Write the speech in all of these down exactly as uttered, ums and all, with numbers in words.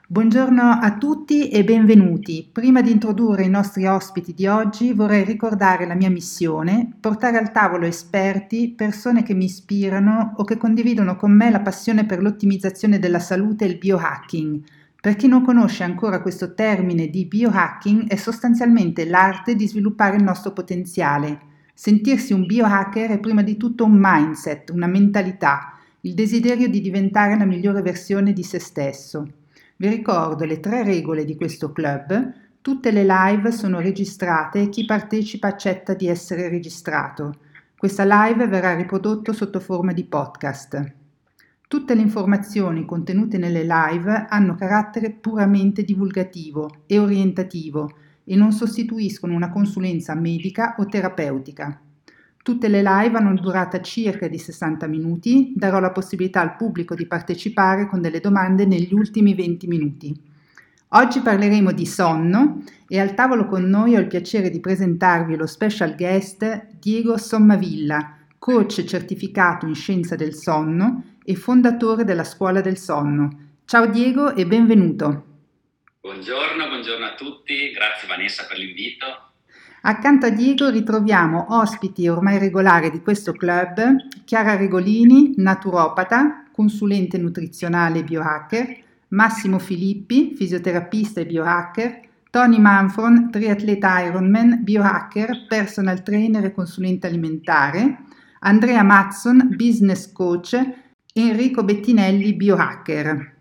Buongiorno a tutti e benvenuti. Prima di introdurre i nostri ospiti di oggi vorrei ricordare la mia missione: portare al tavolo esperti, persone che mi ispirano o che condividono con me la passione per l'ottimizzazione della salute e il biohacking. Per chi non conosce ancora questo termine di biohacking, è sostanzialmente l'arte di sviluppare il nostro potenziale. Sentirsi un biohacker è prima di tutto un mindset, una mentalità, il desiderio di diventare la migliore versione di se stesso. Vi ricordo le tre regole di questo club: tutte le live sono registrate e chi partecipa accetta di essere registrato. Questa live verrà riprodotto sotto forma di podcast. Tutte le informazioni contenute nelle live hanno carattere puramente divulgativo e orientativo e non sostituiscono una consulenza medica o terapeutica. Tutte le live hanno una durata circa di sessanta minuti, darò la possibilità al pubblico di partecipare con delle domande negli ultimi venti minuti. Oggi parleremo di sonno e al tavolo con noi ho il piacere di presentarvi lo special guest Diego Sommavilla, coach certificato in scienza del sonno e fondatore della Scuola del Sonno. Ciao Diego e benvenuto. Buongiorno, buongiorno a tutti, grazie Vanessa per l'invito. Accanto a Diego ritroviamo ospiti ormai regolari di questo club: Chiara Regolini, naturopata, consulente nutrizionale e biohacker, Massimo Filippi, fisioterapista e biohacker, Tony Manfron, triatleta Ironman, biohacker, personal trainer e consulente alimentare, Andrea Mazzon, business coach, Enrico Bettinelli, biohacker.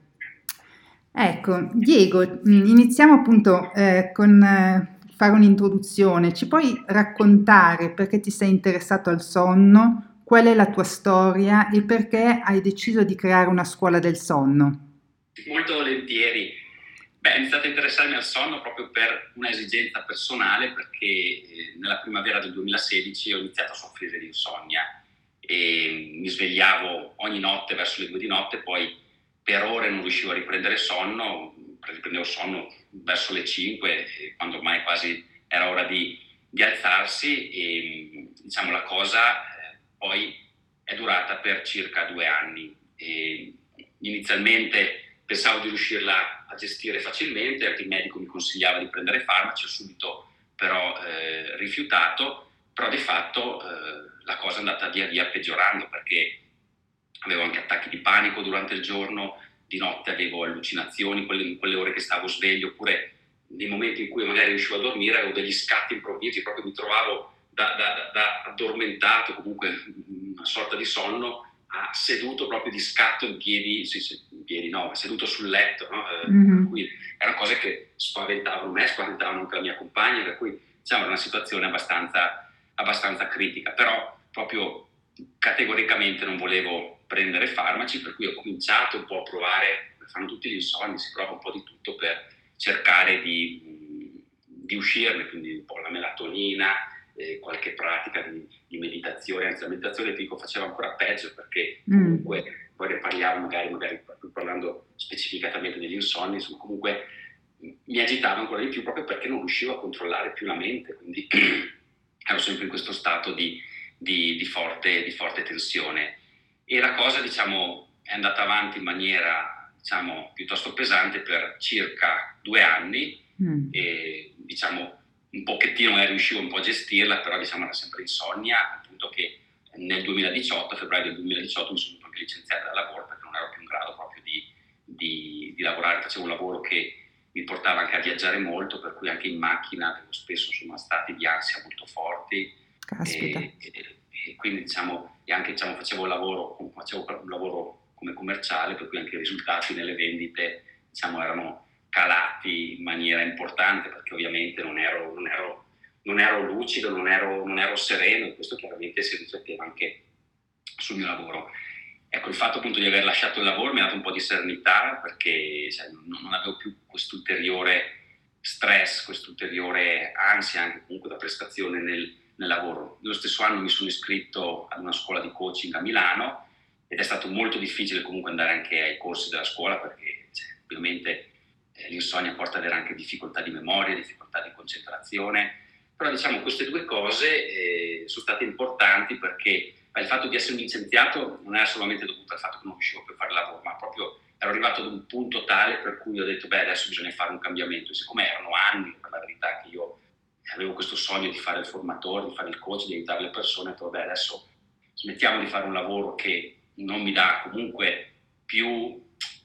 Ecco, Diego, iniziamo appunto eh, con eh, fare un'introduzione. Ci puoi raccontare perché ti sei interessato al sonno, qual è la tua storia e perché hai deciso di creare una scuola del sonno? Molto volentieri. Beh, ho iniziato a interessarmi al sonno proprio per una esigenza personale, perché eh, nella primavera del duemilasedici ho iniziato a soffrire di insonnia e mi svegliavo ogni notte verso le due di notte, poi per ore non riuscivo a riprendere sonno, riprendevo sonno verso le cinque, quando ormai quasi era ora di, di alzarsi, e diciamo la cosa eh, poi è durata per circa due anni. E inizialmente pensavo di riuscirla a gestire facilmente, anche il medico mi consigliava di prendere farmaci, ho subito però eh, rifiutato, però di fatto eh, la cosa è andata via via peggiorando, perché avevo anche attacchi di panico durante il giorno, di notte avevo allucinazioni quelle, in quelle ore che stavo sveglio, oppure nei momenti in cui magari riuscivo a dormire avevo degli scatti improvvisi, proprio mi trovavo da, da, da addormentato, comunque una sorta di sonno, a seduto proprio di scatto in piedi, sì, sì, in piedi no, seduto sul letto, no? eh, Mm-hmm. per cui erano cose che spaventavano me, spaventavano anche la mia compagna, per cui diciamo era una situazione abbastanza, abbastanza critica, però proprio categoricamente non volevo prendere farmaci, per cui ho cominciato un po' a provare, come fanno tutti gli insonni, si prova un po' di tutto per cercare di, di uscirne, quindi un po' la melatonina, eh, qualche pratica di, di meditazione, anzi la meditazione dico faceva ancora peggio, perché comunque mm. poi ne parliamo magari, magari parlando specificatamente degli insonni, insomma comunque mi agitava ancora di più proprio perché non riuscivo a controllare più la mente, quindi ero sempre in questo stato di, di, di, forte, di forte tensione, e la cosa diciamo è andata avanti in maniera diciamo piuttosto pesante per circa due anni mm. e diciamo un pochettino eh, riuscivo un po' a gestirla, però diciamo era sempre insonnia, al punto che nel duemiladiciotto, a febbraio del duemiladiciotto, mi sono anche licenziato dal lavoro perché non ero più in grado proprio di, di, di lavorare, facevo un lavoro che mi portava anche a viaggiare molto, per cui anche in macchina avevo spesso insomma stati di ansia molto forti. Caspita. E, e, e quindi diciamo, e anche diciamo, facevo, un lavoro, facevo un lavoro come commerciale, per cui anche i risultati nelle vendite diciamo, erano calati in maniera importante, perché ovviamente non ero, non ero, non ero lucido, non ero, non ero sereno, e questo chiaramente si rifletteva anche sul mio lavoro. Ecco, il fatto appunto di aver lasciato il lavoro mi ha dato un po' di serenità, perché cioè, non, non avevo più quest'ulteriore stress, quest'ulteriore ansia anche comunque da prestazione nel, nel lavoro. Nello stesso anno mi sono iscritto ad una scuola di coaching a Milano, ed è stato molto difficile comunque andare anche ai corsi della scuola, perché cioè, ovviamente eh, l'insonnia porta ad avere anche difficoltà di memoria, difficoltà di concentrazione, però diciamo queste due cose eh, sono state importanti, perché il fatto di essere licenziato non era solamente dovuto al fatto che non riuscivo più a fare lavoro, ma proprio ero arrivato ad un punto tale per cui ho detto, beh, adesso bisogna fare un cambiamento. E siccome erano anni, per la verità, che io avevo questo sogno di fare il formatore, di fare il coach, di aiutare le persone, ho detto, beh, adesso smettiamo di fare un lavoro che non mi dà comunque più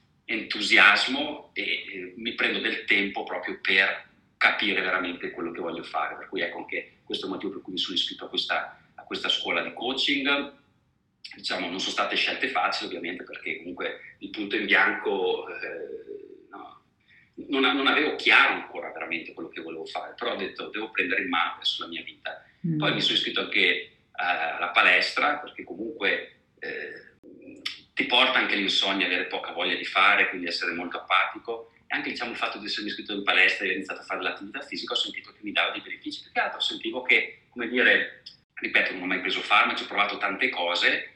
entusiasmo e, e mi prendo del tempo proprio per capire veramente quello che voglio fare. Per cui ecco anche questo è il motivo per cui mi sono iscritto a questa, a questa scuola di coaching. Diciamo, non sono state scelte facili ovviamente, perché comunque il punto in bianco eh, no, non, non avevo chiaro ancora veramente quello che volevo fare, però ho detto devo prendere in mano adesso la mia vita. Mm. Poi mi sono iscritto anche alla palestra, perché comunque eh, ti porta anche l'insonnia, avere poca voglia di fare, quindi essere molto apatico. E anche diciamo, il fatto di essermi iscritto in palestra e aver iniziato a fare l'attività fisica, ho sentito che mi dava dei benefici. Più che altro sentivo che, come dire, ripeto, non ho mai preso farmaci, ho provato tante cose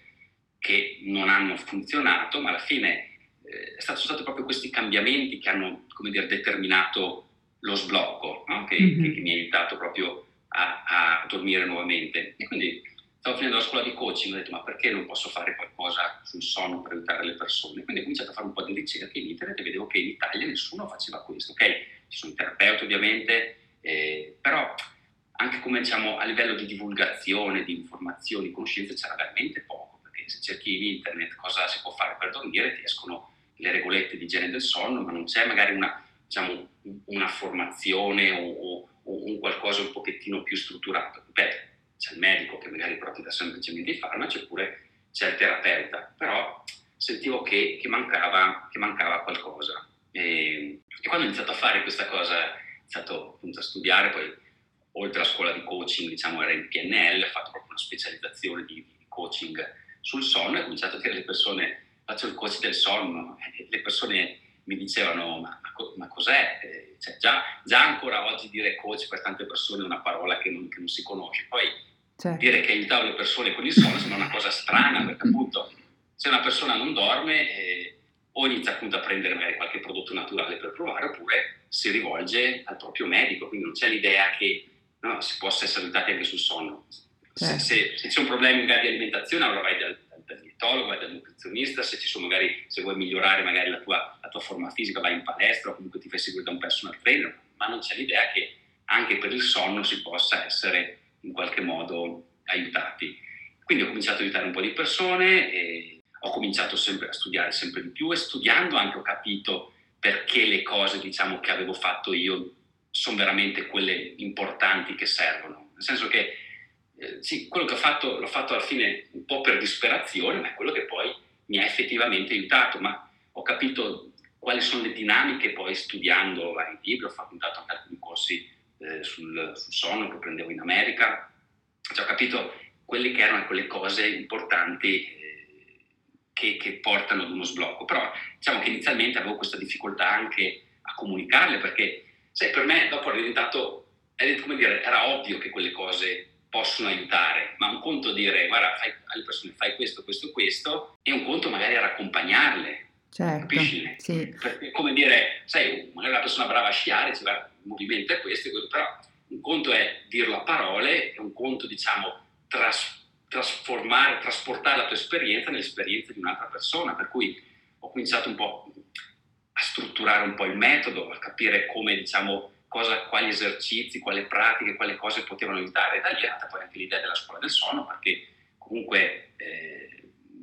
che non hanno funzionato, ma alla fine eh, è stato, sono stati proprio questi cambiamenti che hanno, come dire, determinato lo sblocco, no? che, mm-hmm. che, che mi ha aiutato proprio a, a dormire nuovamente. E quindi stavo finendo la scuola di coaching, ho detto ma perché non posso fare qualcosa sul sonno per aiutare le persone? Quindi ho cominciato a fare un po' di ricerche in internet e vedevo che in Italia nessuno faceva questo. Ok, ci sono i terapeuti ovviamente, eh, però anche come diciamo a livello di divulgazione, di informazioni, di conoscenze c'era veramente poco, perché se cerchi in internet cosa si può fare per dormire ti escono le regolette di igiene del sonno, ma non c'è magari una, diciamo, una formazione o, o un qualcosa un pochettino più strutturato. Ripeto, c'è il medico che magari però ti dà semplicemente i farmaci, oppure c'è il terapeuta, però sentivo che, che, mancava, che mancava qualcosa. E, e quando ho iniziato a fare questa cosa, ho iniziato appunto a studiare, poi oltre alla scuola di coaching, diciamo era in P N L, ho fatto proprio una specializzazione di, di coaching sul sonno e ho cominciato a dire alle persone, faccio il coach del sonno, e le persone mi dicevano, ma, ma, ma cos'è? Eh, cioè, già, già ancora oggi dire coach per tante persone è una parola che non, che non si conosce, poi certo. Dire che aiutavo le persone con il sonno sembra una cosa strana, perché appunto se una persona non dorme eh, o inizia appunto a prendere magari qualche prodotto naturale per provare, oppure si rivolge al proprio medico, quindi non c'è l'idea che no, si possa essere aiutati anche sul sonno. Certo. Se, se, se c'è un problema magari di alimentazione, allora vai dal, dal dietologo, vai dal nutrizionista, se ci sono magari, se vuoi migliorare magari la tua, la tua forma fisica, vai in palestra o comunque ti fai seguire da un personal trainer, ma non c'è l'idea che anche per il sonno si possa essere in qualche modo aiutati. Quindi ho cominciato a aiutare un po' di persone e ho cominciato sempre a studiare sempre di più, e studiando anche ho capito perché le cose diciamo che avevo fatto io sono veramente quelle importanti che servono, nel senso che eh, sì, quello che ho fatto l'ho fatto alla fine un po' per disperazione, ma è quello che poi mi ha effettivamente aiutato, ma ho capito quali sono le dinamiche poi studiando vari libri, ho fatto anche alcuni corsi eh, sul, sul sonno che prendevo in America, cioè, ho capito quelle che erano quelle cose importanti eh, che, che portano ad uno sblocco, però diciamo che inizialmente avevo questa difficoltà anche a comunicarle, perché sai, per me dopo è diventato, è, come dire, era ovvio che quelle cose possono aiutare, ma un conto dire guarda fai, alle persone fai questo, questo, questo, e un conto magari era accompagnarle, certo, capisci? Sì. Perché, come dire, sai, magari una persona brava a sciare, cioè, il movimento è questo, però un conto è dirlo a parole, e un conto diciamo tras- trasformare, trasportare la tua esperienza nell'esperienza di un'altra persona, per cui ho cominciato un po' a strutturare un po' il metodo, a capire come diciamo cosa, quali esercizi, quali pratiche, quali cose potevano aiutare, e da lì è nata poi anche l'idea della scuola del sonno, perché comunque eh,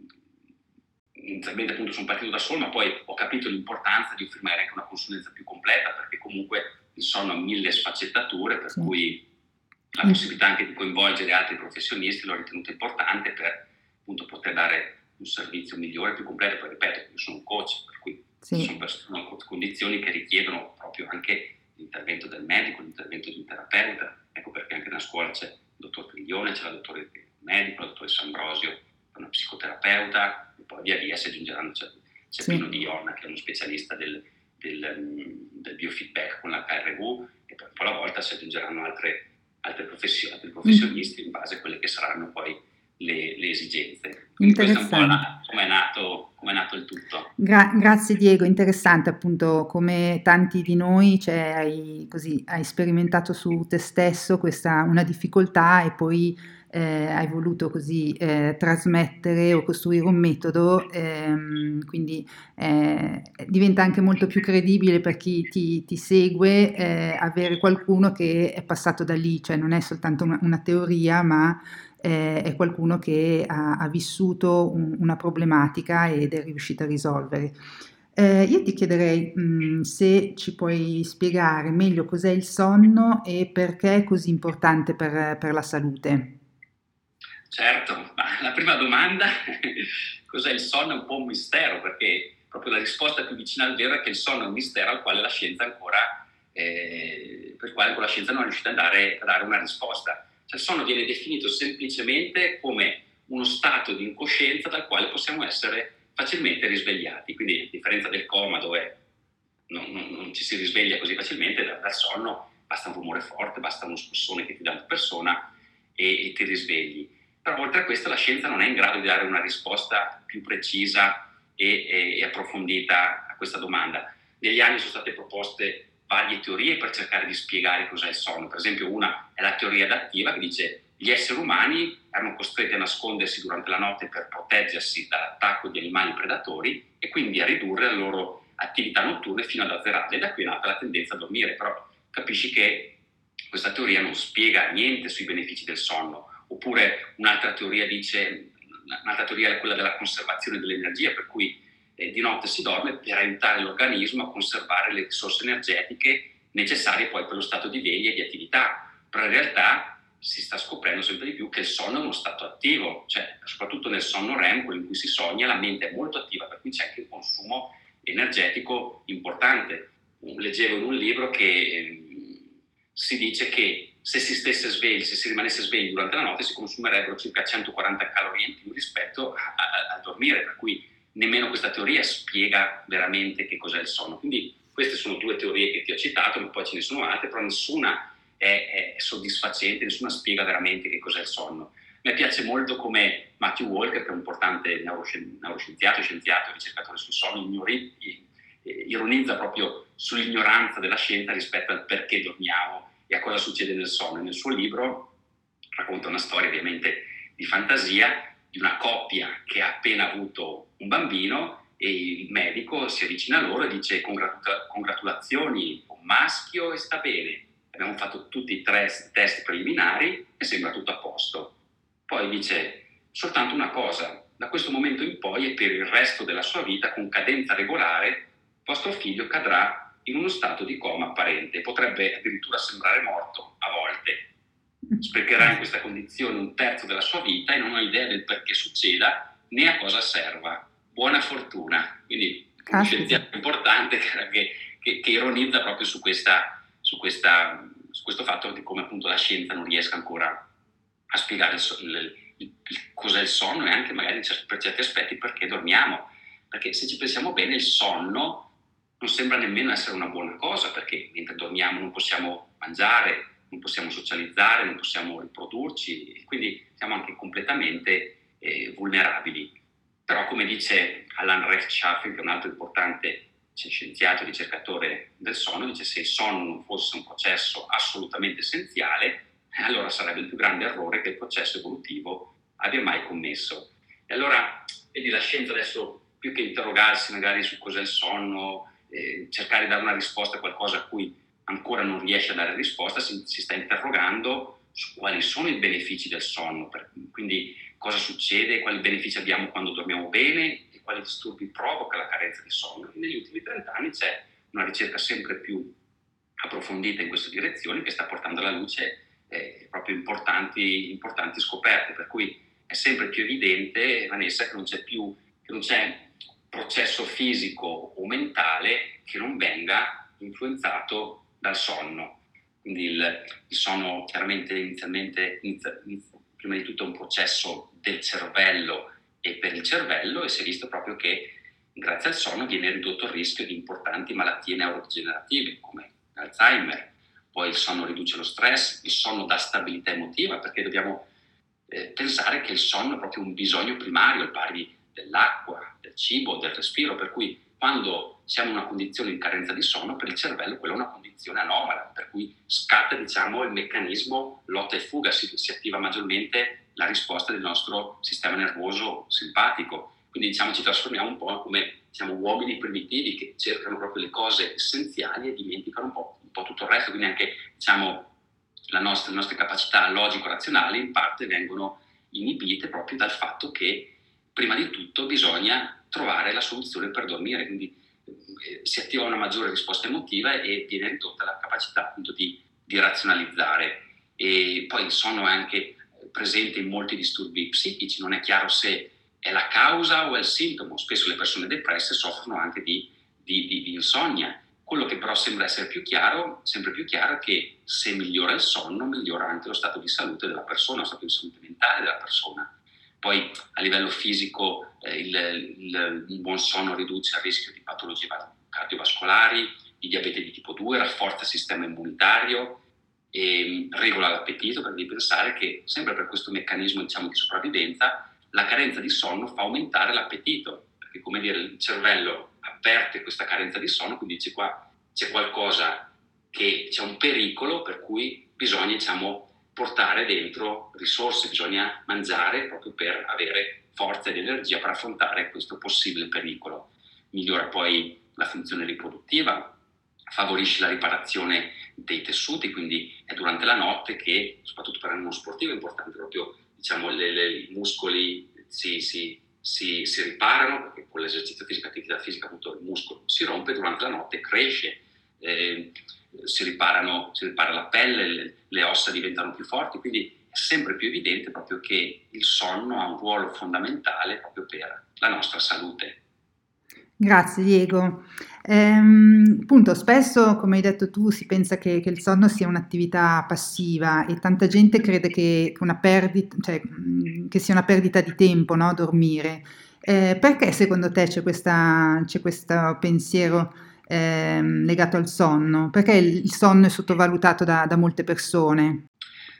inizialmente appunto sono partito da solo, ma poi ho capito l'importanza di offrire anche una consulenza più completa, perché comunque il sonno ha mille sfaccettature, per sì. cui la possibilità anche di coinvolgere altri professionisti l'ho ritenuto importante per appunto poter dare un servizio migliore, più completo. Poi ripeto, io sono un coach, per cui sì. sono, pers- sono condizioni che richiedono proprio anche l'intervento del medico, l'intervento di un terapeuta. Ecco perché anche nella scuola c'è il dottor Triglione, c'è la dottoressa medico, la dottoressa Ambrosio, una psicoterapeuta, e poi via via si aggiungeranno, c'è, c'è sì. Pino Di Ionna che è uno specialista del, del, del biofeedback con l'H R V, e poi un po' alla volta si aggiungeranno altre, altre profession- altri professionisti in base a quelle che saranno poi le, le esigenze. Quindi questo è un po' la, come è nato, come è nato il tutto. Gra- grazie Diego, interessante appunto come tanti di noi, cioè, hai, così, hai sperimentato su te stesso questa una difficoltà e poi eh, hai voluto così eh, trasmettere o costruire un metodo, ehm, quindi eh, diventa anche molto più credibile per chi ti, ti segue eh, avere qualcuno che è passato da lì, cioè non è soltanto una, una teoria, ma eh, è qualcuno che ha, ha vissuto un- una problematica ed è riuscito a risolvere. Eh, io ti chiederei, mh, se ci puoi spiegare meglio cos'è il sonno e perché è così importante per, per la salute. Certo, ma la prima domanda, cos'è il sonno, è un po' un mistero, perché proprio la risposta più vicina al vero è che il sonno è un mistero al quale la scienza ancora, eh, per il quale ancora la scienza non è riuscita a dare, a dare una risposta. Cioè, il sonno viene definito semplicemente come uno stato di incoscienza dal quale possiamo essere facilmente risvegliati. Quindi, a differenza del coma, dove non, non, non ci si risveglia così facilmente, dal, dal sonno basta un rumore forte, basta uno scossone che ti dà una persona e, e ti risvegli. Però oltre a questo la scienza non è in grado di dare una risposta più precisa e, e, e approfondita a questa domanda. Negli anni sono state proposte varie teorie per cercare di spiegare cos'è il sonno. Per esempio, una è la teoria adattiva, che dice che gli esseri umani erano costretti a nascondersi durante la notte per proteggersi dall'attacco di animali predatori e quindi a ridurre le loro attività notturne fino ad azzerarle. E da qui è nata la tendenza a dormire. Però capisci che questa teoria non spiega niente sui benefici del sonno. Oppure un'altra teoria dice, un'altra teoria è quella della conservazione dell'energia, per cui eh, di notte si dorme per aiutare l'organismo a conservare le risorse energetiche necessarie poi per lo stato di veglia e di attività. Però in realtà si sta scoprendo sempre di più che il sonno è uno stato attivo, cioè soprattutto nel sonno REM, quello in cui si sogna, la mente è molto attiva, per cui c'è anche un consumo energetico importante. Leggevo in un libro che eh, si dice che se si stesse svegli, se si rimanesse svegli durante la notte, si consumerebbero circa centoquaranta calorie in più rispetto a, a, a dormire, per cui nemmeno questa teoria spiega veramente che cos'è il sonno. Quindi queste sono due teorie che ti ho citato, ma poi ce ne sono altre, però nessuna è, è soddisfacente, nessuna spiega veramente che cos'è il sonno. Mi piace molto come Matthew Walker, che è un importante neuroscienziato, scienziato, ricercatore sul sonno, ignori, ironizza proprio sull'ignoranza della scienza rispetto al perché dormiamo e a cosa succede nel sonno. Nel suo libro racconta una storia ovviamente di fantasia di una coppia che ha appena avuto un bambino e il medico si avvicina a loro e dice: Congratu- congratulazioni, un maschio e sta bene, abbiamo fatto tutti i tre test preliminari e sembra tutto a posto. Poi dice soltanto una cosa: da questo momento in poi e per il resto della sua vita, con cadenza regolare, vostro figlio cadrà in uno stato di coma apparente, potrebbe addirittura sembrare morto a volte. Sprecherà in questa condizione un terzo della sua vita e non ha idea del perché succeda né a cosa serva. Buona fortuna. Quindi uno scienziato importante che, che, che ironizza proprio su, questa, su, questa, su questo fatto di come appunto la scienza non riesca ancora a spiegare il, il, il, il, cos'è il sonno e anche magari per certi aspetti perché dormiamo. Perché se ci pensiamo bene, il sonno non sembra nemmeno essere una buona cosa, perché mentre dormiamo non possiamo mangiare, non possiamo socializzare, non possiamo riprodurci, e quindi siamo anche completamente eh, vulnerabili. Però, come dice Alan Rechtschaffen, che è un altro importante scienziato e ricercatore del sonno, dice: se il sonno non fosse un processo assolutamente essenziale, allora sarebbe il più grande errore che il processo evolutivo abbia mai commesso. E allora, vedi, la scienza adesso, più che interrogarsi magari su cos'è il sonno, eh, cercare di dare una risposta a qualcosa a cui ancora non riesce a dare risposta, si, si sta interrogando su quali sono i benefici del sonno, per, quindi cosa succede, quali benefici abbiamo quando dormiamo bene e quali disturbi provoca la carenza di sonno. E negli ultimi trent'anni c'è una ricerca sempre più approfondita in questa direzione che sta portando alla luce eh, proprio importanti, importanti scoperte, per cui è sempre più evidente, Vanessa, che non c'è più che non c'è processo fisico o mentale che non venga influenzato dal sonno. Quindi il, il sonno chiaramente inizialmente, inizia, inizia, prima di tutto è un processo del cervello e per il cervello, e si è visto proprio che grazie al sonno viene ridotto il rischio di importanti malattie neurodegenerative come l'Alzheimer. Poi il sonno riduce lo stress, il sonno dà stabilità emotiva, perché dobbiamo eh, pensare che il sonno è proprio un bisogno primario, al pari dell'acqua, del cibo, del respiro, per cui quando siamo in una condizione di carenza di sonno, per il cervello quella è una condizione anomala, per cui scatta, diciamo, il meccanismo lotta e fuga, si, si attiva maggiormente la risposta del nostro sistema nervoso simpatico. Quindi, diciamo, ci trasformiamo un po' come, diciamo, uomini primitivi che cercano proprio le cose essenziali e dimenticano un po', un po' tutto il resto. Quindi anche, diciamo, la nostra, le nostre capacità logico-razionali in parte vengono inibite proprio dal fatto che prima di tutto bisogna trovare la soluzione per dormire, quindi eh, si attiva una maggiore risposta emotiva e viene ridotta la capacità appunto di, di razionalizzare. E poi il sonno è anche presente in molti disturbi psichici, non è chiaro se è la causa o è il sintomo. Spesso le persone depresse soffrono anche di, di, di, di insonnia. Quello che però sembra essere più chiaro, sempre più chiaro, è che se migliora il sonno, migliora anche lo stato di salute della persona, lo stato di salute mentale della persona. Poi a livello fisico eh, il, il, il buon sonno riduce il rischio di patologie cardiovascolari, di diabete di tipo due, rafforza il sistema immunitario e regola l'appetito, perché devi pensare che sempre per questo meccanismo, diciamo, di sopravvivenza, la carenza di sonno fa aumentare l'appetito, perché, come dire, il cervello avverte questa carenza di sonno, quindi dice qua c'è qualcosa, che c'è un pericolo per cui bisogna, diciamo, portare dentro risorse, bisogna mangiare proprio per avere forza ed energia per affrontare questo possibile pericolo. Migliora poi la funzione riproduttiva, favorisce la riparazione dei tessuti, quindi è durante la notte che, soprattutto per uno sportivo, è importante proprio, diciamo, le, le, i muscoli si, si, si, si riparano, perché con l'esercizio fisico, l'attività fisica, appunto, il muscolo si rompe durante la notte, cresce, eh, si riparano, si ripara la pelle, le, le ossa diventano più forti, quindi è sempre più evidente proprio che il sonno ha un ruolo fondamentale proprio per la nostra salute. Grazie Diego. Ehm, appunto, spesso, come hai detto tu, si pensa che, che il sonno sia un'attività passiva e tanta gente crede che, che una perdita, cioè, mh, che sia una perdita di tempo, no? Dormire. Eh, perché secondo te c'è questa, c'è questo pensiero ehm, legato al sonno? Perché il, il sonno è sottovalutato da, da molte persone?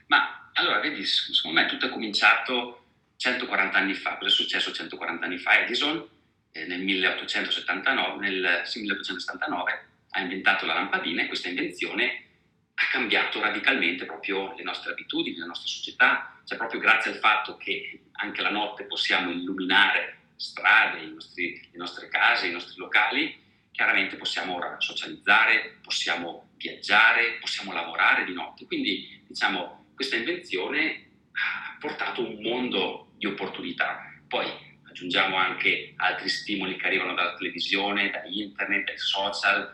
Ma allora, vedi, secondo me tutto è cominciato centoquaranta anni fa. Cosa è successo centoquaranta anni fa? Edison eh, nel milleottocentosettantanove, nel sì, milleottocentosettantanove ha inventato la lampadina, e questa invenzione ha cambiato radicalmente proprio le nostre abitudini, la nostra società. Cioè, proprio grazie al fatto che anche la notte possiamo illuminare strade, i nostri, le nostre case, i nostri locali, chiaramente possiamo ora socializzare, possiamo viaggiare, possiamo lavorare di notte. Quindi, diciamo, questa invenzione ha portato un mondo di opportunità. Poi aggiungiamo anche altri stimoli che arrivano dalla televisione, da internet, dai social,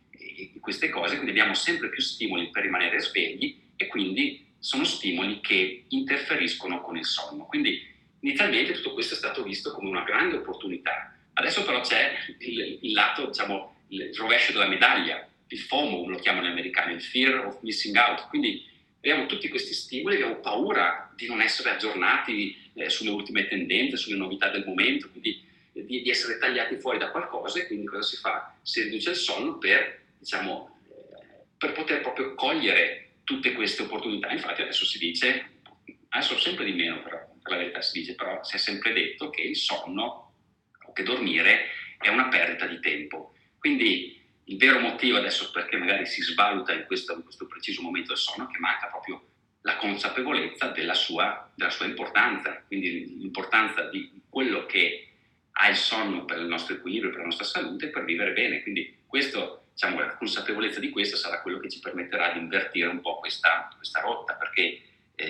e queste cose, quindi abbiamo sempre più stimoli per rimanere svegli, e quindi sono stimoli che interferiscono con il sonno. Quindi inizialmente tutto questo è stato visto come una grande opportunità. Adesso però c'è il, il lato, diciamo, il rovescio della medaglia, il FOMO, lo chiamano gli americani, il fear of missing out. Quindi abbiamo tutti questi stimoli, abbiamo paura di non essere aggiornati eh, sulle ultime tendenze, sulle novità del momento, quindi eh, di, di essere tagliati fuori da qualcosa. E quindi cosa si fa? Si riduce il sonno per, diciamo, eh, per poter proprio cogliere tutte queste opportunità. Infatti adesso si dice, adesso sempre di meno, però per la verità si dice, però si è sempre detto che il sonno o che dormire è una perdita di tempo. Quindi il vero motivo adesso perché magari si svaluta in questo, in questo preciso momento del sonno è che manca proprio la consapevolezza della sua, della sua importanza, quindi l'importanza di quello che ha il sonno per il nostro equilibrio, per la nostra salute, per vivere bene. Quindi questo, diciamo, la consapevolezza di questo sarà quello che ci permetterà di invertire un po' questa, questa rotta, perché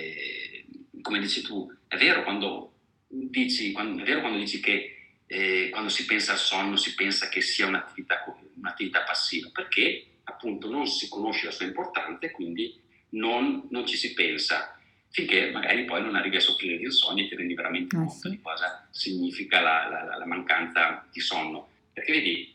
eh, come dici tu, è vero quando dici, quando, è vero quando dici che eh, quando si pensa al sonno si pensa che sia un'attività, un'attività passiva, perché appunto non si conosce la sua importanza e quindi non, non ci si pensa, finché magari poi non arrivi a soffrire di insonnia e ti rendi veramente Eh, conto sì. di cosa significa la, la, la mancanza di sonno. Perché vedi,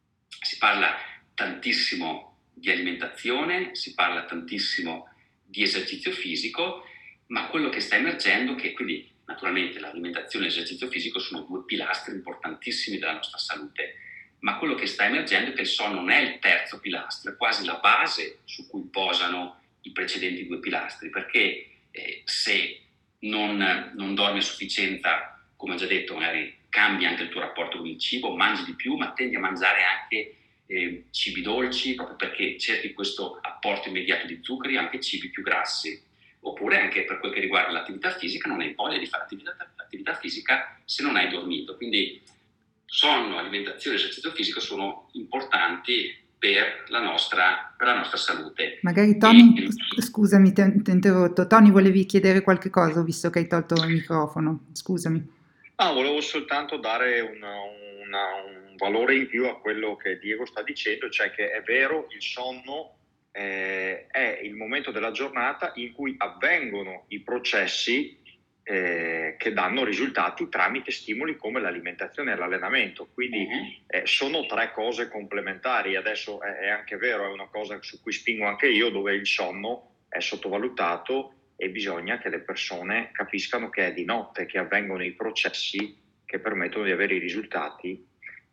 si parla tantissimo di alimentazione, si parla tantissimo di esercizio fisico, ma quello che sta emergendo, che quindi naturalmente l'alimentazione e l'esercizio fisico sono due pilastri importantissimi della nostra salute, ma quello che sta emergendo è che il sonno non è il terzo pilastro, è quasi la base su cui posano i precedenti due pilastri, perché eh, se non, non dormi a sufficienza, come ho già detto, magari cambi anche il tuo rapporto con il cibo, mangi di più, ma tendi a mangiare anche eh, cibi dolci, proprio perché cerchi questo apporto immediato di zuccheri, anche cibi più grassi. Oppure anche per quel che riguarda l'attività fisica, non hai voglia di fare attività, attività fisica se non hai dormito. Quindi sonno, alimentazione e esercizio fisico sono importanti per la nostra, per la nostra salute. Magari Tony, E, scusami, ti ho interrotto. Tony, volevi chiedere qualche cosa, visto che hai tolto il microfono. Scusami. Ah, volevo soltanto dare una, una, un valore in più a quello che Diego sta dicendo, cioè che è vero, il sonno eh, è il momento della giornata in cui avvengono i processi eh, che danno risultati tramite stimoli come l'alimentazione e l'allenamento. Quindi eh, sono tre cose complementari. Adesso è, è anche vero, è una cosa su cui spingo anche io, dove il sonno è sottovalutato e bisogna che le persone capiscano che è di notte che avvengono i processi che permettono di avere i risultati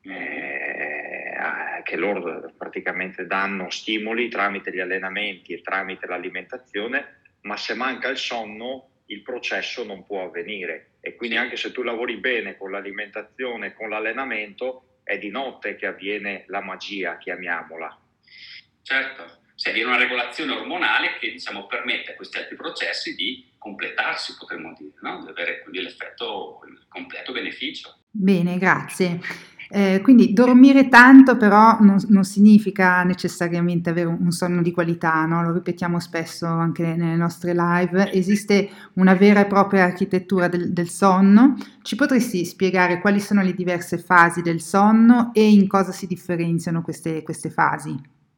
eh, che loro praticamente danno stimoli tramite gli allenamenti e tramite l'alimentazione, ma se manca il sonno il processo non può avvenire, e quindi anche se tu lavori bene con l'alimentazione, con l'allenamento, è di notte che avviene la magia, chiamiamola. Certo, se avviene una regolazione ormonale che, diciamo, permette a questi altri processi di completarsi, potremmo dire, no? Di avere quindi l'effetto, il completo beneficio. Bene, grazie. Eh, quindi dormire tanto però non, non significa necessariamente avere un, un sonno di qualità, no? Lo ripetiamo spesso anche nelle nostre live. Esiste una vera e propria architettura del, del sonno. Ci potresti spiegare quali sono le diverse fasi del sonno e in cosa si differenziano queste, queste fasi?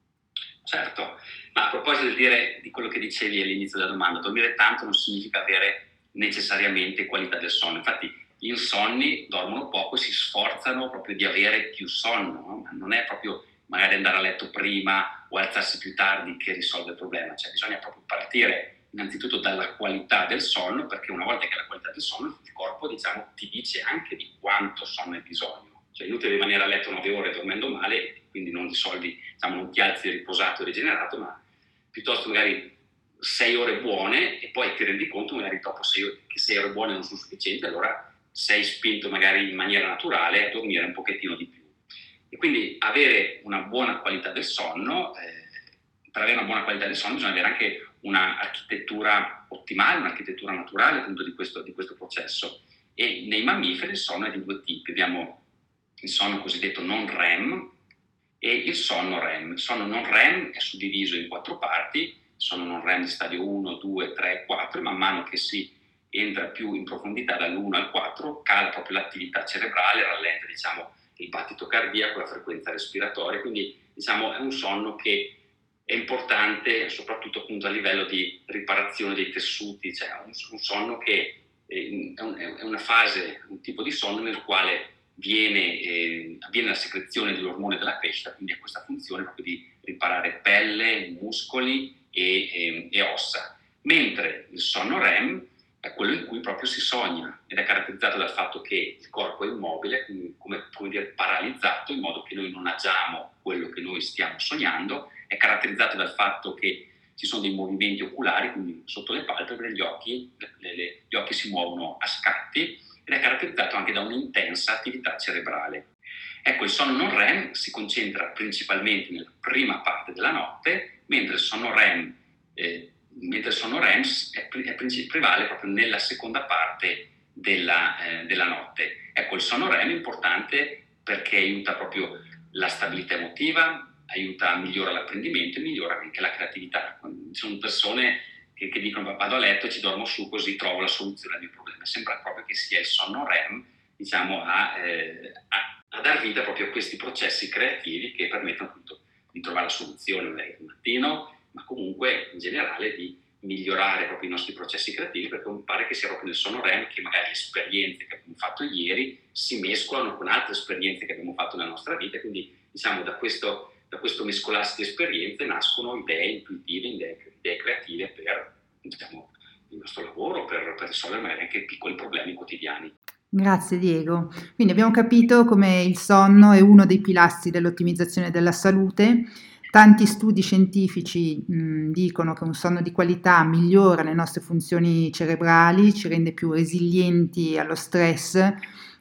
Certo, ma a proposito di, dire, di quello che dicevi all'inizio della domanda, dormire tanto non significa avere necessariamente qualità del sonno. Infatti gli insonni dormono poco e si sforzano proprio di avere più sonno, no? Non è proprio magari andare a letto prima o alzarsi più tardi che risolve il problema, cioè bisogna proprio partire innanzitutto dalla qualità del sonno, perché una volta che hai la qualità del sonno il corpo, diciamo, ti dice anche di quanto sonno hai bisogno. Cioè è inutile rimanere a letto nove ore dormendo male, quindi non risolvi, diciamo, non ti alzi riposato e rigenerato, ma piuttosto magari sei ore buone e poi ti rendi conto magari dopo sei, che sei ore buone non sono sufficienti, allora sei spinto magari in maniera naturale a dormire un pochettino di più. E quindi avere una buona qualità del sonno, eh, per avere una buona qualità del sonno bisogna avere anche un'architettura ottimale, un'architettura naturale appunto di questo, di questo processo. E nei mammiferi il sonno è di due tipi. Abbiamo il sonno cosiddetto non R E M e il sonno R E M. Il sonno non R E M è suddiviso in quattro parti, il sonno non R E M di stadio uno, due, tre, quattro, e man mano che si entra più in profondità dall'uno al quattro cala proprio l'attività cerebrale, rallenta, diciamo, il battito cardiaco, la frequenza respiratoria, quindi diciamo è un sonno che è importante soprattutto appunto a livello di riparazione dei tessuti, cioè un, un sonno che è, un, è una fase, un tipo di sonno nel quale viene, eh, avviene la secrezione dell'ormone della crescita, quindi ha questa funzione proprio di riparare pelle, muscoli e, e, e ossa, mentre il sonno R E M è quello in cui proprio si sogna ed è caratterizzato dal fatto che il corpo è immobile, quindi come, come dire paralizzato, in modo che noi non agiamo quello che noi stiamo sognando, è caratterizzato dal fatto che ci sono dei movimenti oculari, quindi sotto le palpebre gli occhi, le, le, gli occhi si muovono a scatti, ed è caratterizzato anche da un'intensa attività cerebrale. Ecco, il sonno non R E M si concentra principalmente nella prima parte della notte, mentre il sonno R E M eh, mentre il sonno R E M è, è, è, prevale proprio nella seconda parte della, eh, della notte. Ecco, il sonno R E M è importante perché aiuta proprio la stabilità emotiva, aiuta, migliora l'apprendimento e migliora anche la creatività. Ci sono persone che, che dicono vado a letto e ci dormo su così trovo la soluzione al mio problema. Sembra proprio che sia il sonno R E M, diciamo, a, eh, a, a dar vita proprio a questi processi creativi che permettono appunto di trovare la soluzione magari al mattino, ma comunque in generale di migliorare proprio i nostri processi creativi, perché mi pare che sia proprio nel sonno R E M che magari le esperienze che abbiamo fatto ieri si mescolano con altre esperienze che abbiamo fatto nella nostra vita, quindi diciamo da questo, da questo mescolarsi di esperienze nascono idee intuitive, idee, idee creative per, diciamo, il nostro lavoro, per, per risolvere magari anche piccoli problemi quotidiani. Grazie Diego. Quindi abbiamo capito come il sonno è uno dei pilastri dell'ottimizzazione della salute. Tanti studi scientifici mh, dicono che un sonno di qualità migliora le nostre funzioni cerebrali, ci rende più resilienti allo stress,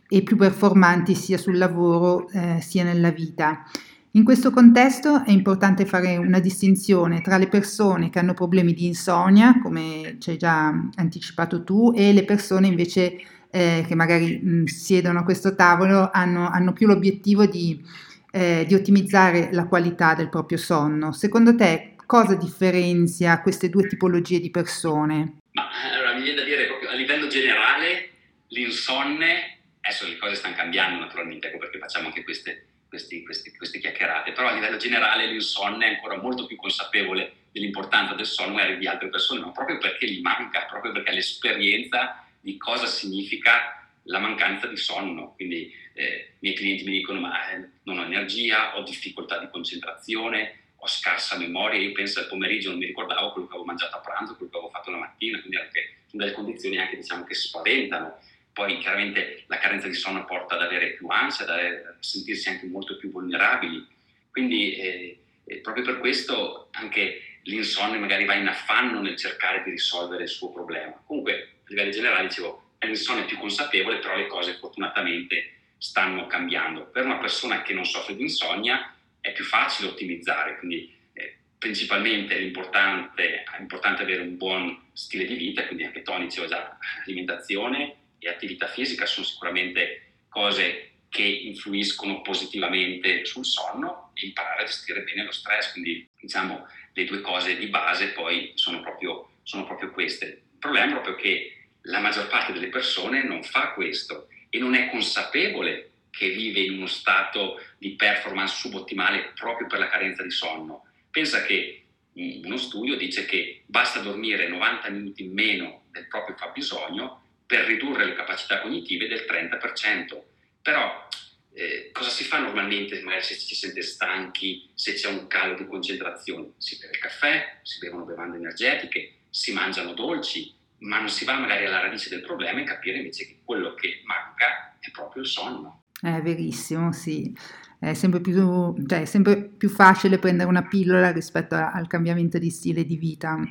e più performanti sia sul lavoro eh, sia nella vita. In questo contesto è importante fare una distinzione tra le persone che hanno problemi di insonnia, come ci hai già anticipato tu, e le persone invece eh, che magari mh, siedono a questo tavolo, hanno, hanno più l'obiettivo di, eh, di ottimizzare la qualità del proprio sonno. Secondo te cosa differenzia queste due tipologie di persone? Ma allora mi viene da dire proprio a livello generale l'insonne, adesso le cose stanno cambiando naturalmente, ecco perché facciamo anche queste Questi, questi, queste chiacchierate, però a livello generale l'insonne è ancora molto più consapevole dell'importanza del sonno di altre persone, ma proprio perché gli manca, proprio perché ha l'esperienza di cosa significa la mancanza di sonno. Quindi eh, i miei clienti mi dicono ma eh, non ho energia, ho difficoltà di concentrazione, ho scarsa memoria, io penso al pomeriggio non mi ricordavo quello che avevo mangiato a pranzo, quello che avevo fatto la mattina, quindi anche sono delle condizioni anche diciamo che spaventano. Poi chiaramente la carenza di sonno porta ad avere più ansia, ad avere, a sentirsi anche molto più vulnerabili. Quindi eh, eh, proprio per questo anche l'insonnia magari va in affanno nel cercare di risolvere il suo problema. Comunque a livello generale dicevo, è l'insonnia più consapevole, però le cose fortunatamente stanno cambiando. Per una persona che non soffre di insonnia è più facile ottimizzare, quindi eh, principalmente è importante, è importante avere un buon stile di vita, quindi anche Tony diceva già alimentazione e attività fisica sono sicuramente cose che influiscono positivamente sul sonno, e imparare a gestire bene lo stress, quindi diciamo le due cose di base poi sono proprio, sono proprio queste. Il problema è proprio che la maggior parte delle persone non fa questo e non è consapevole che vive in uno stato di performance subottimale proprio per la carenza di sonno. Pensa che uno studio dice che basta dormire novanta minuti in meno del proprio fabbisogno per ridurre le capacità cognitive del trenta per cento. Però eh, cosa si fa normalmente magari se ci si sente stanchi, se c'è un calo di concentrazione? Si beve il caffè, si bevono bevande energetiche, si mangiano dolci, ma non si va magari alla radice del problema e capire invece che quello che manca è proprio il sonno. È verissimo, sì. È sempre più, cioè, è sempre più facile prendere una pillola rispetto a- al cambiamento di stile di vita.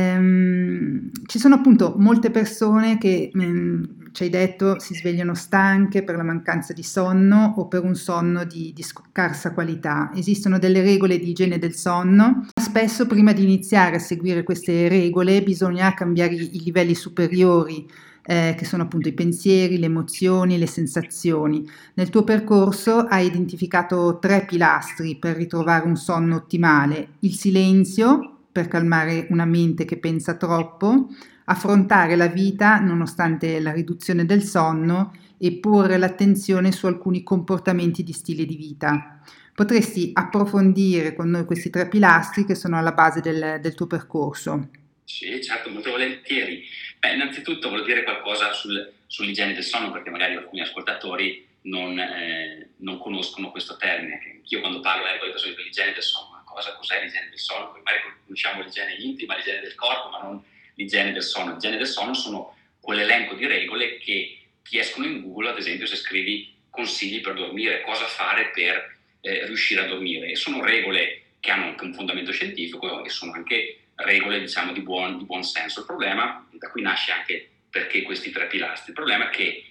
Ehm, ci sono appunto molte persone che, mh, ci hai detto, si svegliano stanche per la mancanza di sonno o per un sonno di, di scarsa qualità. Esistono delle regole di igiene del sonno. Spesso prima di iniziare a seguire queste regole bisogna cambiare i, i livelli superiori, eh, che sono appunto i pensieri, le emozioni, le sensazioni. Nel tuo percorso hai identificato tre pilastri per ritrovare un sonno ottimale: il silenzio, per calmare una mente che pensa troppo, affrontare la vita nonostante la riduzione del sonno e porre l'attenzione su alcuni comportamenti di stile di vita. Potresti approfondire con noi questi tre pilastri che sono alla base del, del tuo percorso? Sì, certo, molto volentieri. Beh, innanzitutto voglio dire qualcosa sul, sull'igiene del sonno, perché magari alcuni ascoltatori non, eh, non conoscono questo termine. Che io quando parlo eh, con le persone dell'igiene del sonno, ma cosa cos'è l'igiene del sonno? Perché magari conosciamo l'igiene intima, l'igiene del corpo, ma non l'igiene del sonno. L'igiene del sonno sono quell'elenco di regole che ti escono in Google, ad esempio se scrivi consigli per dormire, cosa fare per eh, riuscire a dormire. E sono regole che hanno anche un fondamento scientifico e sono anche regole diciamo di buon, di buon senso. Il problema, da qui nasce anche perché questi tre pilastri, il problema è che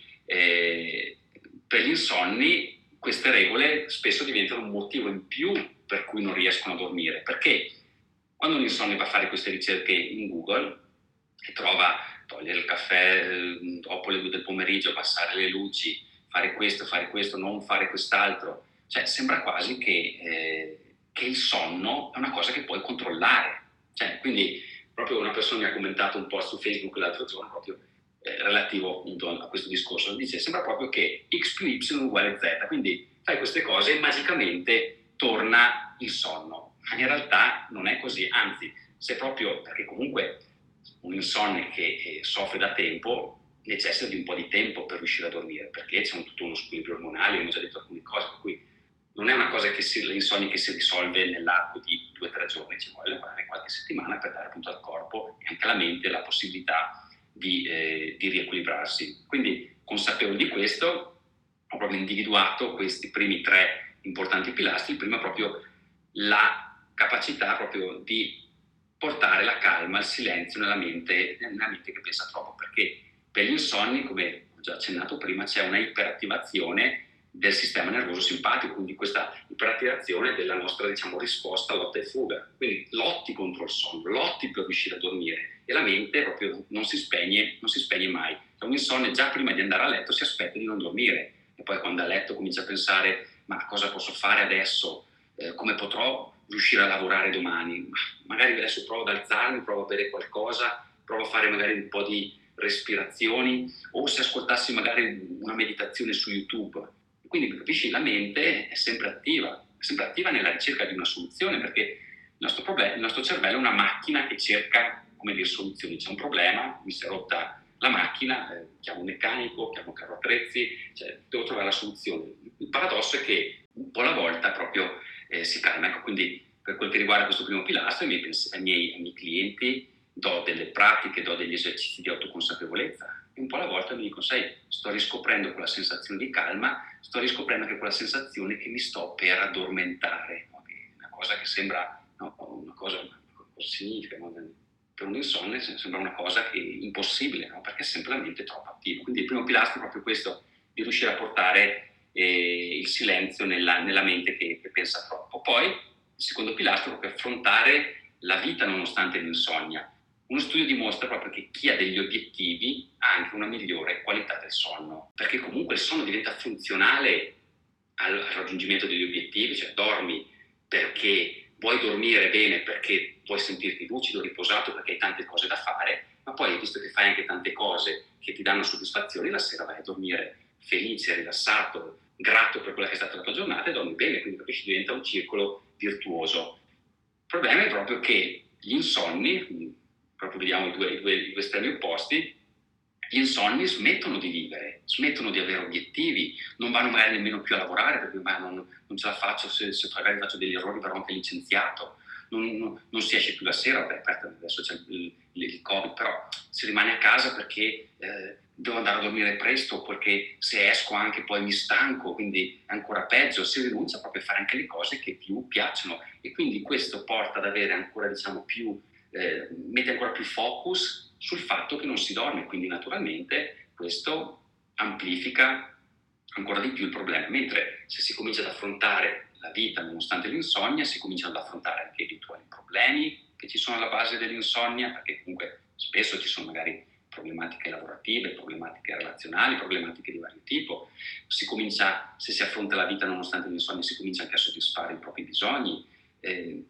eh, per gli insonni queste regole spesso diventano un motivo in più per cui non riescono a dormire, perché quando un insonne va a fare queste ricerche in Google e trova togliere il caffè eh, dopo le due del pomeriggio, passare le luci, fare questo, fare questo, non fare quest'altro, cioè sembra quasi che, eh, che il sonno è una cosa che puoi controllare. Cioè, quindi proprio una persona mi ha commentato un post su Facebook l'altro giorno proprio eh, relativo appunto a questo discorso, dice sembra proprio che x più y uguale z, quindi fai queste cose e magicamente torna il sonno, ma in realtà non è così, anzi se proprio, perché comunque un insonne che eh, soffre da tempo necessita di un po' di tempo per riuscire a dormire, perché c'è un, tutto uno squilibrio ormonale, abbiamo già detto alcune cose, per cui non è una cosa che si, l'insonnia che si risolve nell'arco di due o tre giorni, ci vuole magari qualche settimana per dare appunto al corpo e anche alla mente la possibilità di, eh, di riequilibrarsi. Quindi, consapevole di questo, ho proprio individuato questi primi tre importanti pilastri. Il primo è proprio la capacità proprio di portare la calma, il silenzio nella mente, nella mente che pensa troppo, perché per gli insonni, come ho già accennato prima, c'è una iperattivazione del sistema nervoso simpatico, quindi questa iperattivazione della nostra, diciamo, risposta lotta e fuga. Quindi lotti contro il sonno, lotti per riuscire a dormire, e la mente proprio non si spegne, non si spegne mai. Cioè, un insonne già prima di andare a letto si aspetta di non dormire, e poi quando è a letto comincia a pensare: ma cosa posso fare adesso? Eh, come potrò riuscire a lavorare domani? Magari adesso provo ad alzarmi, provo a bere qualcosa, provo a fare magari un po' di respirazioni, o se ascoltassi magari una meditazione su YouTube. Quindi capisci, la mente è sempre attiva, è sempre attiva nella ricerca di una soluzione, perché il nostro, problema, il nostro cervello è una macchina che cerca, come dire, soluzioni. C'è un problema, mi si è rotta la macchina, eh, chiamo un meccanico, chiamo un carro attrezzi, cioè devo trovare la soluzione. Il paradosso è che un po' alla volta proprio eh, si calma. Ecco, quindi per quel che riguarda questo primo pilastro, ai miei, ai miei, ai miei clienti do delle pratiche, do degli esercizi di autoconsapevolezza, e un po' alla volta mi dicono: sai, sto riscoprendo quella sensazione di calma, sto riscoprendo anche quella sensazione che mi sto per addormentare, no? Una cosa che sembra, no, una cosa, cosa significa, no? Per un insonne sembra una cosa che è impossibile, no? Perché è sempre la mente troppo attiva. Quindi il primo pilastro è proprio questo, di riuscire a portare eh, il silenzio nella, nella mente che, che pensa troppo. Poi il secondo pilastro è proprio affrontare la vita nonostante l'insonnia. Uno studio dimostra proprio che chi ha degli obiettivi ha anche una migliore qualità del sonno, perché comunque il sonno diventa funzionale al raggiungimento degli obiettivi, cioè dormi perché vuoi dormire bene, perché vuoi sentirti lucido, riposato, perché hai tante cose da fare, ma poi, visto che fai anche tante cose che ti danno soddisfazione, la sera vai a dormire felice, rilassato, grato per quella che è stata la tua giornata, e dormi bene, quindi capisci, diventa un circolo virtuoso. Il problema è proprio che gli insonni, proprio vediamo i due, i due, i due estremi opposti, gli insonni smettono di vivere, smettono di avere obiettivi, non vanno magari nemmeno più a lavorare, perché ma non, non ce la faccio, se, se magari faccio degli errori verrò anche licenziato, non, non, non si esce più la sera, beh, adesso c'è il, il Covid, però si rimane a casa perché eh, devo andare a dormire presto, perché se esco anche poi mi stanco, quindi è ancora peggio, si rinuncia proprio a fare anche le cose che più piacciono, e quindi questo porta ad avere ancora, diciamo, più Eh, mette ancora più focus sul fatto che non si dorme, quindi naturalmente questo amplifica ancora di più il problema, mentre se si comincia ad affrontare la vita nonostante l'insonnia, si cominciano ad affrontare anche eventuali problemi che ci sono alla base dell'insonnia, perché comunque spesso ci sono magari problematiche lavorative, problematiche relazionali, problematiche di vario tipo. Si comincia, se si affronta la vita nonostante l'insonnia, si comincia anche a soddisfare i propri bisogni, eh,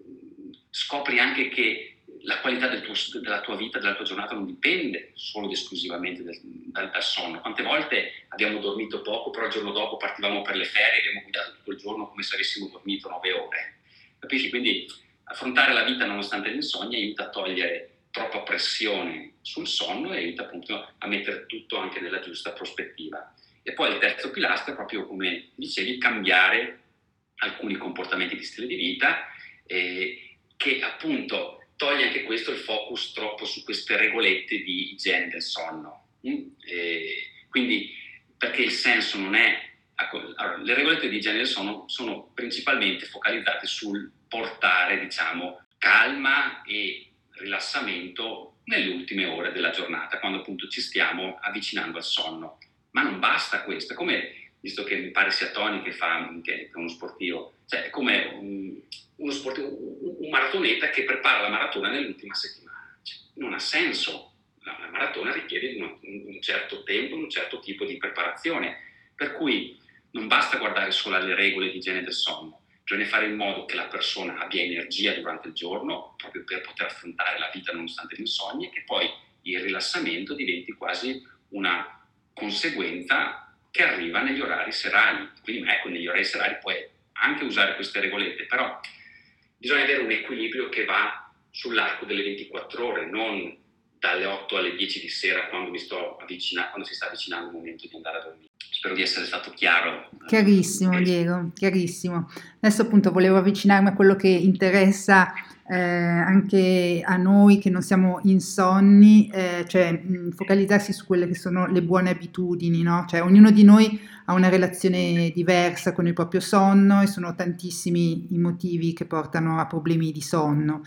scopri anche che la qualità del tuo, della tua vita, della tua giornata non dipende solo ed esclusivamente dal, dal, dal sonno. Quante volte abbiamo dormito poco, però il giorno dopo partivamo per le ferie e abbiamo guidato tutto il giorno come se avessimo dormito nove ore. Capisci? Quindi affrontare la vita nonostante l'insonnia aiuta a togliere troppa pressione sul sonno e aiuta appunto a mettere tutto anche nella giusta prospettiva. E poi il terzo pilastro è proprio, come dicevi, cambiare alcuni comportamenti di stile di vita eh, che appunto toglie anche questo il focus troppo su queste regolette di igiene del sonno. Mm? E quindi, perché il senso non è... Allora, le regolette di igiene del sonno sono principalmente focalizzate sul portare, diciamo, calma e rilassamento nelle ultime ore della giornata, quando appunto ci stiamo avvicinando al sonno. Ma non basta questo, è come, visto che mi pare sia Tony che fa, che è uno sportivo, cioè è come un, uno sportivo, un, un maratoneta che prepara la maratona nell'ultima settimana. Cioè, non ha senso, la, la maratona richiede un, un certo tempo, un certo tipo di preparazione, per cui non basta guardare solo alle regole di igiene del sonno, bisogna fare in modo che la persona abbia energia durante il giorno, proprio per poter affrontare la vita nonostante l'insonnia, e che poi il rilassamento diventi quasi una conseguenza che arriva negli orari serali. Quindi ecco, negli orari serali puoi anche usare queste regolette, però bisogna avere un equilibrio che va sull'arco delle ventiquattro ore, non dalle otto alle dieci di sera, quando, mi sto avvicina- quando si sta avvicinando il momento di andare a dormire. Spero di essere stato chiaro. Chiarissimo, Diego, chiarissimo. Adesso appunto volevo avvicinarmi a quello che interessa eh, anche a noi che non siamo insonni, eh, cioè mh, focalizzarsi su quelle che sono le buone abitudini, no? Cioè ognuno di noi ha una relazione diversa con il proprio sonno e sono tantissimi i motivi che portano a problemi di sonno.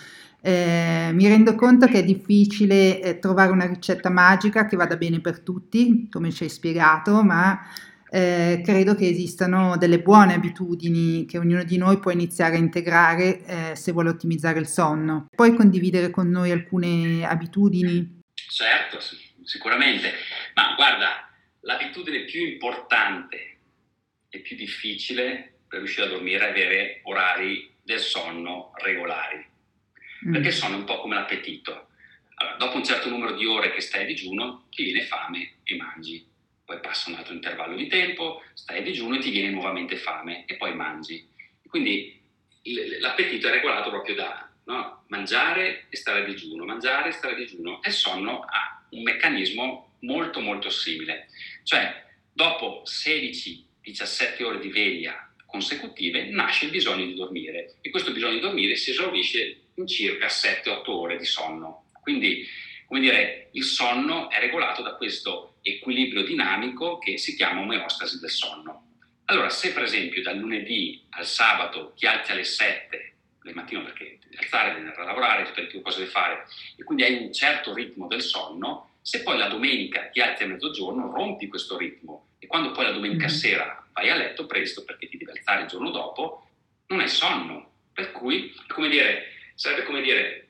Eh, mi rendo conto che è difficile eh, trovare una ricetta magica che vada bene per tutti, come ci hai spiegato, ma eh, credo che esistano delle buone abitudini che ognuno di noi può iniziare a integrare eh, se vuole ottimizzare il sonno. Puoi condividere con noi alcune abitudini? Certo, sicuramente, ma guarda, l'abitudine più importante e più difficile per riuscire a dormire è avere orari del sonno regolari, mm. perché il sonno è un po' come l'appetito. Allora, dopo un certo numero di ore che stai a digiuno, ti viene fame e mangi. Poi passa un altro intervallo di tempo, stai a digiuno e ti viene nuovamente fame e poi mangi. Quindi l'appetito è regolato proprio da, no? Mangiare e stare a digiuno, mangiare e stare a digiuno. E il sonno ha un meccanismo molto molto simile. Cioè, dopo sedici diciassette ore di veglia consecutive nasce il bisogno di dormire e questo bisogno di dormire si esaurisce in circa sette otto ore di sonno. Quindi, come dire, il sonno è regolato da questo equilibrio dinamico che si chiama omeostasi del sonno. Allora, se per esempio dal lunedì al sabato ti alzi alle sette del mattino perché devi alzare, devi andare a lavorare, tutte le tue cose da fare e quindi hai un certo ritmo del sonno, se poi la domenica ti alzi a mezzogiorno rompi questo ritmo e quando poi la domenica mm-hmm. sera vai a letto presto perché ti devi alzare il giorno dopo, non hai sonno. Per cui, come dire, sarebbe come dire,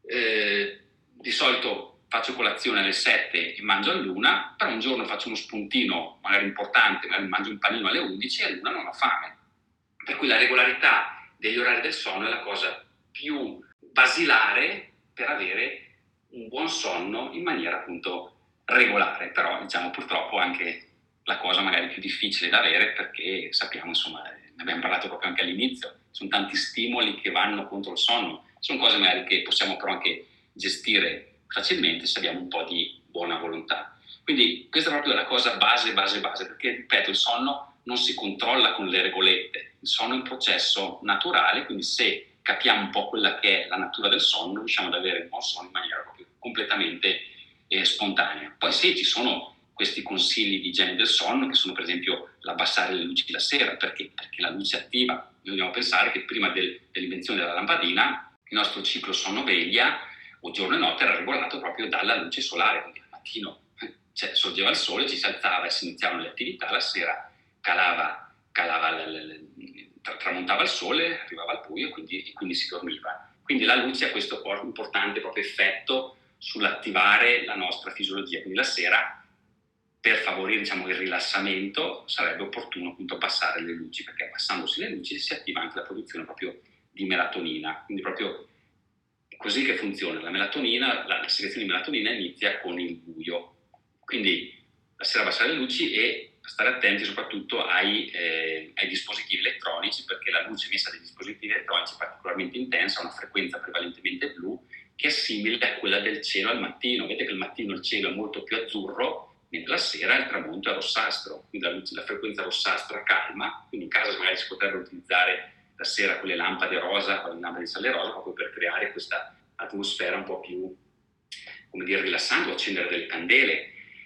eh, di solito faccio colazione alle sette e mangio all'una, però un giorno faccio uno spuntino magari importante, magari mangio un panino alle undici e all'una non ho fame. Per cui la regolarità degli orari del sonno è la cosa più basilare per avere un buon sonno in maniera appunto regolare, però diciamo purtroppo anche la cosa magari più difficile da avere perché sappiamo, insomma, ne abbiamo parlato proprio anche all'inizio, sono tanti stimoli che vanno contro il sonno, sono cose magari che possiamo però anche gestire facilmente se abbiamo un po' di buona volontà. Quindi questa è proprio la cosa base, base, base, perché ripeto, il sonno non si controlla con le regolette, il sonno è un processo naturale, quindi se capiamo un po' quella che è la natura del sonno, riusciamo ad avere un buon sonno in maniera proprio completamente eh, spontanea. Poi sì, ci sono questi consigli di igiene del sonno, che sono per esempio l'abbassare le luci la sera, perché? Perché la luce attiva. Noi dobbiamo pensare che prima del, dell'invenzione della lampadina, il nostro ciclo sonno-veglia, o giorno e notte, era regolato proprio dalla luce solare, quindi al mattino cioè, sorgeva il sole, ci si alzava e si iniziavano le attività, la sera calava, calava le, le, tra, tramontava il sole, arrivava al buio e quindi, e quindi si dormiva. Quindi la luce ha questo importante proprio effetto sull'attivare la nostra fisiologia, quindi la sera per favorire diciamo, il rilassamento sarebbe opportuno appunto abbassare le luci, perché abbassandosi le luci si attiva anche la produzione proprio di melatonina, quindi proprio così che funziona. La melatonina, la, la segrezione di melatonina inizia con il buio, quindi la sera abbassare le luci e stare attenti soprattutto ai, eh, ai dispositivi elettronici, perché la luce emessa dai dispositivi elettronici è particolarmente intensa, ha una frequenza prevalentemente blu che è simile a quella del cielo al mattino. Vedete che il mattino il cielo è molto più azzurro, mentre la sera il tramonto è rossastro, quindi la, luce, la frequenza rossastra calma, quindi in casa magari si potrebbe utilizzare la sera con le lampade rosa, con le lampade di sale rosa, proprio per creare questa atmosfera un po' più, come dire, rilassante, o accendere delle candele.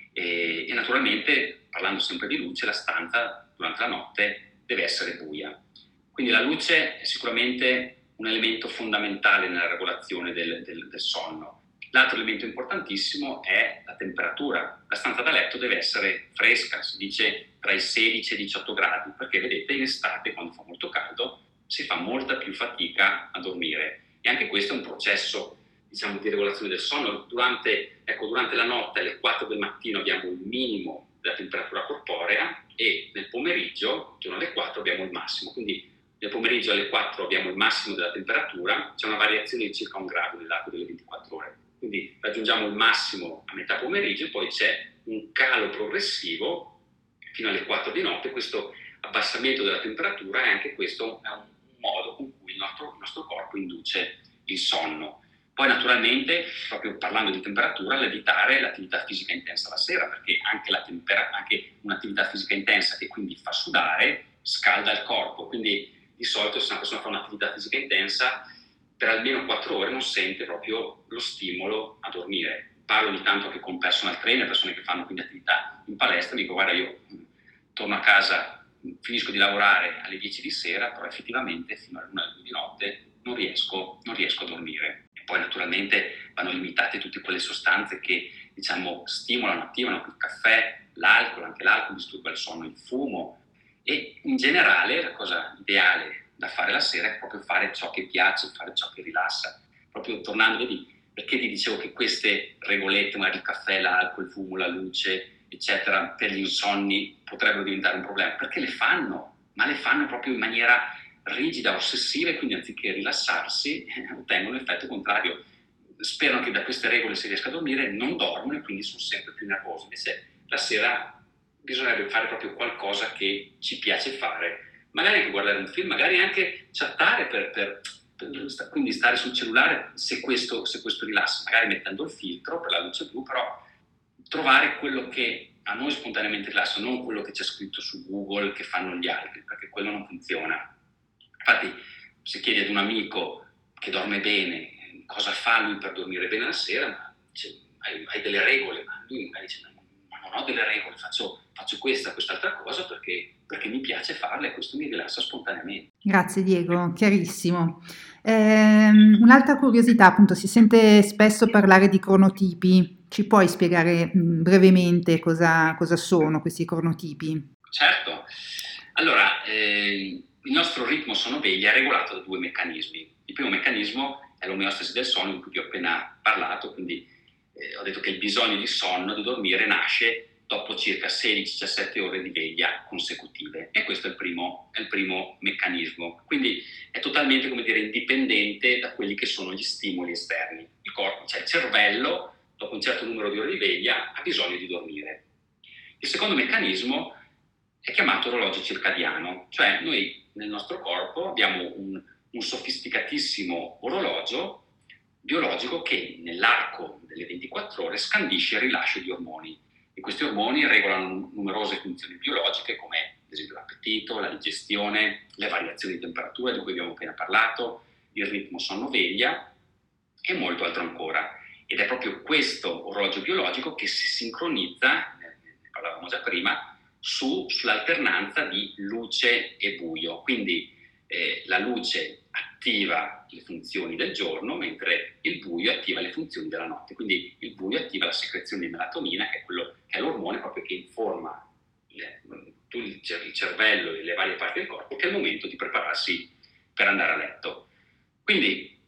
E, e naturalmente, parlando sempre di luce, la stanza durante la notte deve essere buia. Quindi la luce è sicuramente un elemento fondamentale nella regolazione del, del, del sonno. L'altro elemento importantissimo è la temperatura. La stanza da letto deve essere fresca, si dice tra i sedici e i diciotto gradi, perché vedete in estate, quando fa molto caldo, si fa molta più fatica a dormire e anche questo è un processo diciamo di regolazione del sonno. Durante, ecco, durante la notte alle quattro del mattino abbiamo il minimo della temperatura corporea e nel pomeriggio, intorno alle quattro, abbiamo il massimo, quindi nel pomeriggio alle quattro abbiamo il massimo della temperatura, c'è una variazione di circa un grado nell'arco delle ventiquattro ore, quindi raggiungiamo il massimo a metà pomeriggio e poi c'è un calo progressivo fino alle quattro di notte. Questo abbassamento della temperatura è anche questo è un modo con cui il nostro, il nostro corpo induce il sonno. Poi naturalmente, proprio parlando di temperatura, l'evitare l'attività fisica intensa la sera, perché anche, la tempera- anche un'attività fisica intensa che quindi fa sudare scalda il corpo, quindi di solito se una persona fa un'attività fisica intensa per almeno quattro ore non sente proprio lo stimolo a dormire. Parlo ogni tanto anche con personal trainer, persone che fanno quindi attività in palestra, dico guarda io torno a casa, finisco di lavorare alle dieci di sera, però effettivamente fino alle una di notte non riesco, non riesco a dormire. E poi naturalmente vanno limitate tutte quelle sostanze che diciamo stimolano, attivano, il caffè, l'alcol, anche l'alcol disturba il sonno, il fumo, e in generale la cosa ideale da fare la sera è proprio fare ciò che piace, fare ciò che rilassa. Proprio tornando, vedi, perché ti dicevo che queste regolette, magari il caffè, l'alcol, il fumo, la luce, eccetera, per gli insonni potrebbero diventare un problema? Perché le fanno, ma le fanno proprio in maniera rigida, ossessiva, e quindi anziché rilassarsi ottengono l'effetto contrario. Sperano che da queste regole si riesca a dormire, non dormono e quindi sono sempre più nervosi. Invece la sera bisognerebbe fare proprio qualcosa che ci piace fare, magari anche guardare un film, magari anche chattare per, per, per quindi stare sul cellulare se questo, se questo rilassa, magari mettendo il filtro per la luce blu, però trovare quello che a noi spontaneamente rilassa, non quello che c'è scritto su Google che fanno gli altri, perché quello non funziona. Infatti se chiedi ad un amico che dorme bene cosa fa lui per dormire bene la sera, ma dice, hai, hai delle regole, ma lui magari dice ma non ho delle regole, faccio, faccio questa, quest'altra cosa perché, perché mi piace farle e questo mi rilassa spontaneamente. Grazie Diego, chiarissimo. Ehm, un'altra curiosità, appunto, si sente spesso parlare di cronotipi. Ci puoi spiegare mh, brevemente cosa, cosa sono questi cronotipi? Certo. Allora, eh, il nostro ritmo sonno-veglia è regolato da due meccanismi. Il primo meccanismo è l'omeostasi del sonno, di cui vi ho appena parlato, quindi eh, ho detto che il bisogno di sonno, di dormire, nasce dopo circa sedici diciassette ore di veglia consecutive, e questo è il primo, è il primo meccanismo. Quindi è totalmente, come dire, indipendente da quelli che sono gli stimoli esterni. Il corpo, cioè il cervello, dopo un certo numero di ore di veglia, ha bisogno di dormire. Il secondo meccanismo è chiamato orologio circadiano, cioè noi nel nostro corpo abbiamo un, un sofisticatissimo orologio biologico che nell'arco delle ventiquattro ore scandisce il rilascio di ormoni, e questi ormoni regolano numerose funzioni biologiche come ad esempio l'appetito, la digestione, le variazioni di temperatura di cui abbiamo appena parlato, il ritmo sonno-veglia e molto altro ancora. Ed è proprio questo orologio biologico che si sincronizza, ne parlavamo già prima, su, sull'alternanza di luce e buio. Quindi eh, la luce attiva le funzioni del giorno, mentre il buio attiva le funzioni della notte. Quindi il buio attiva la secrezione di melatonina, che è, quello, che è l'ormone proprio che informa le, il cervello e le varie parti del corpo che è il momento di prepararsi per andare a letto. Quindi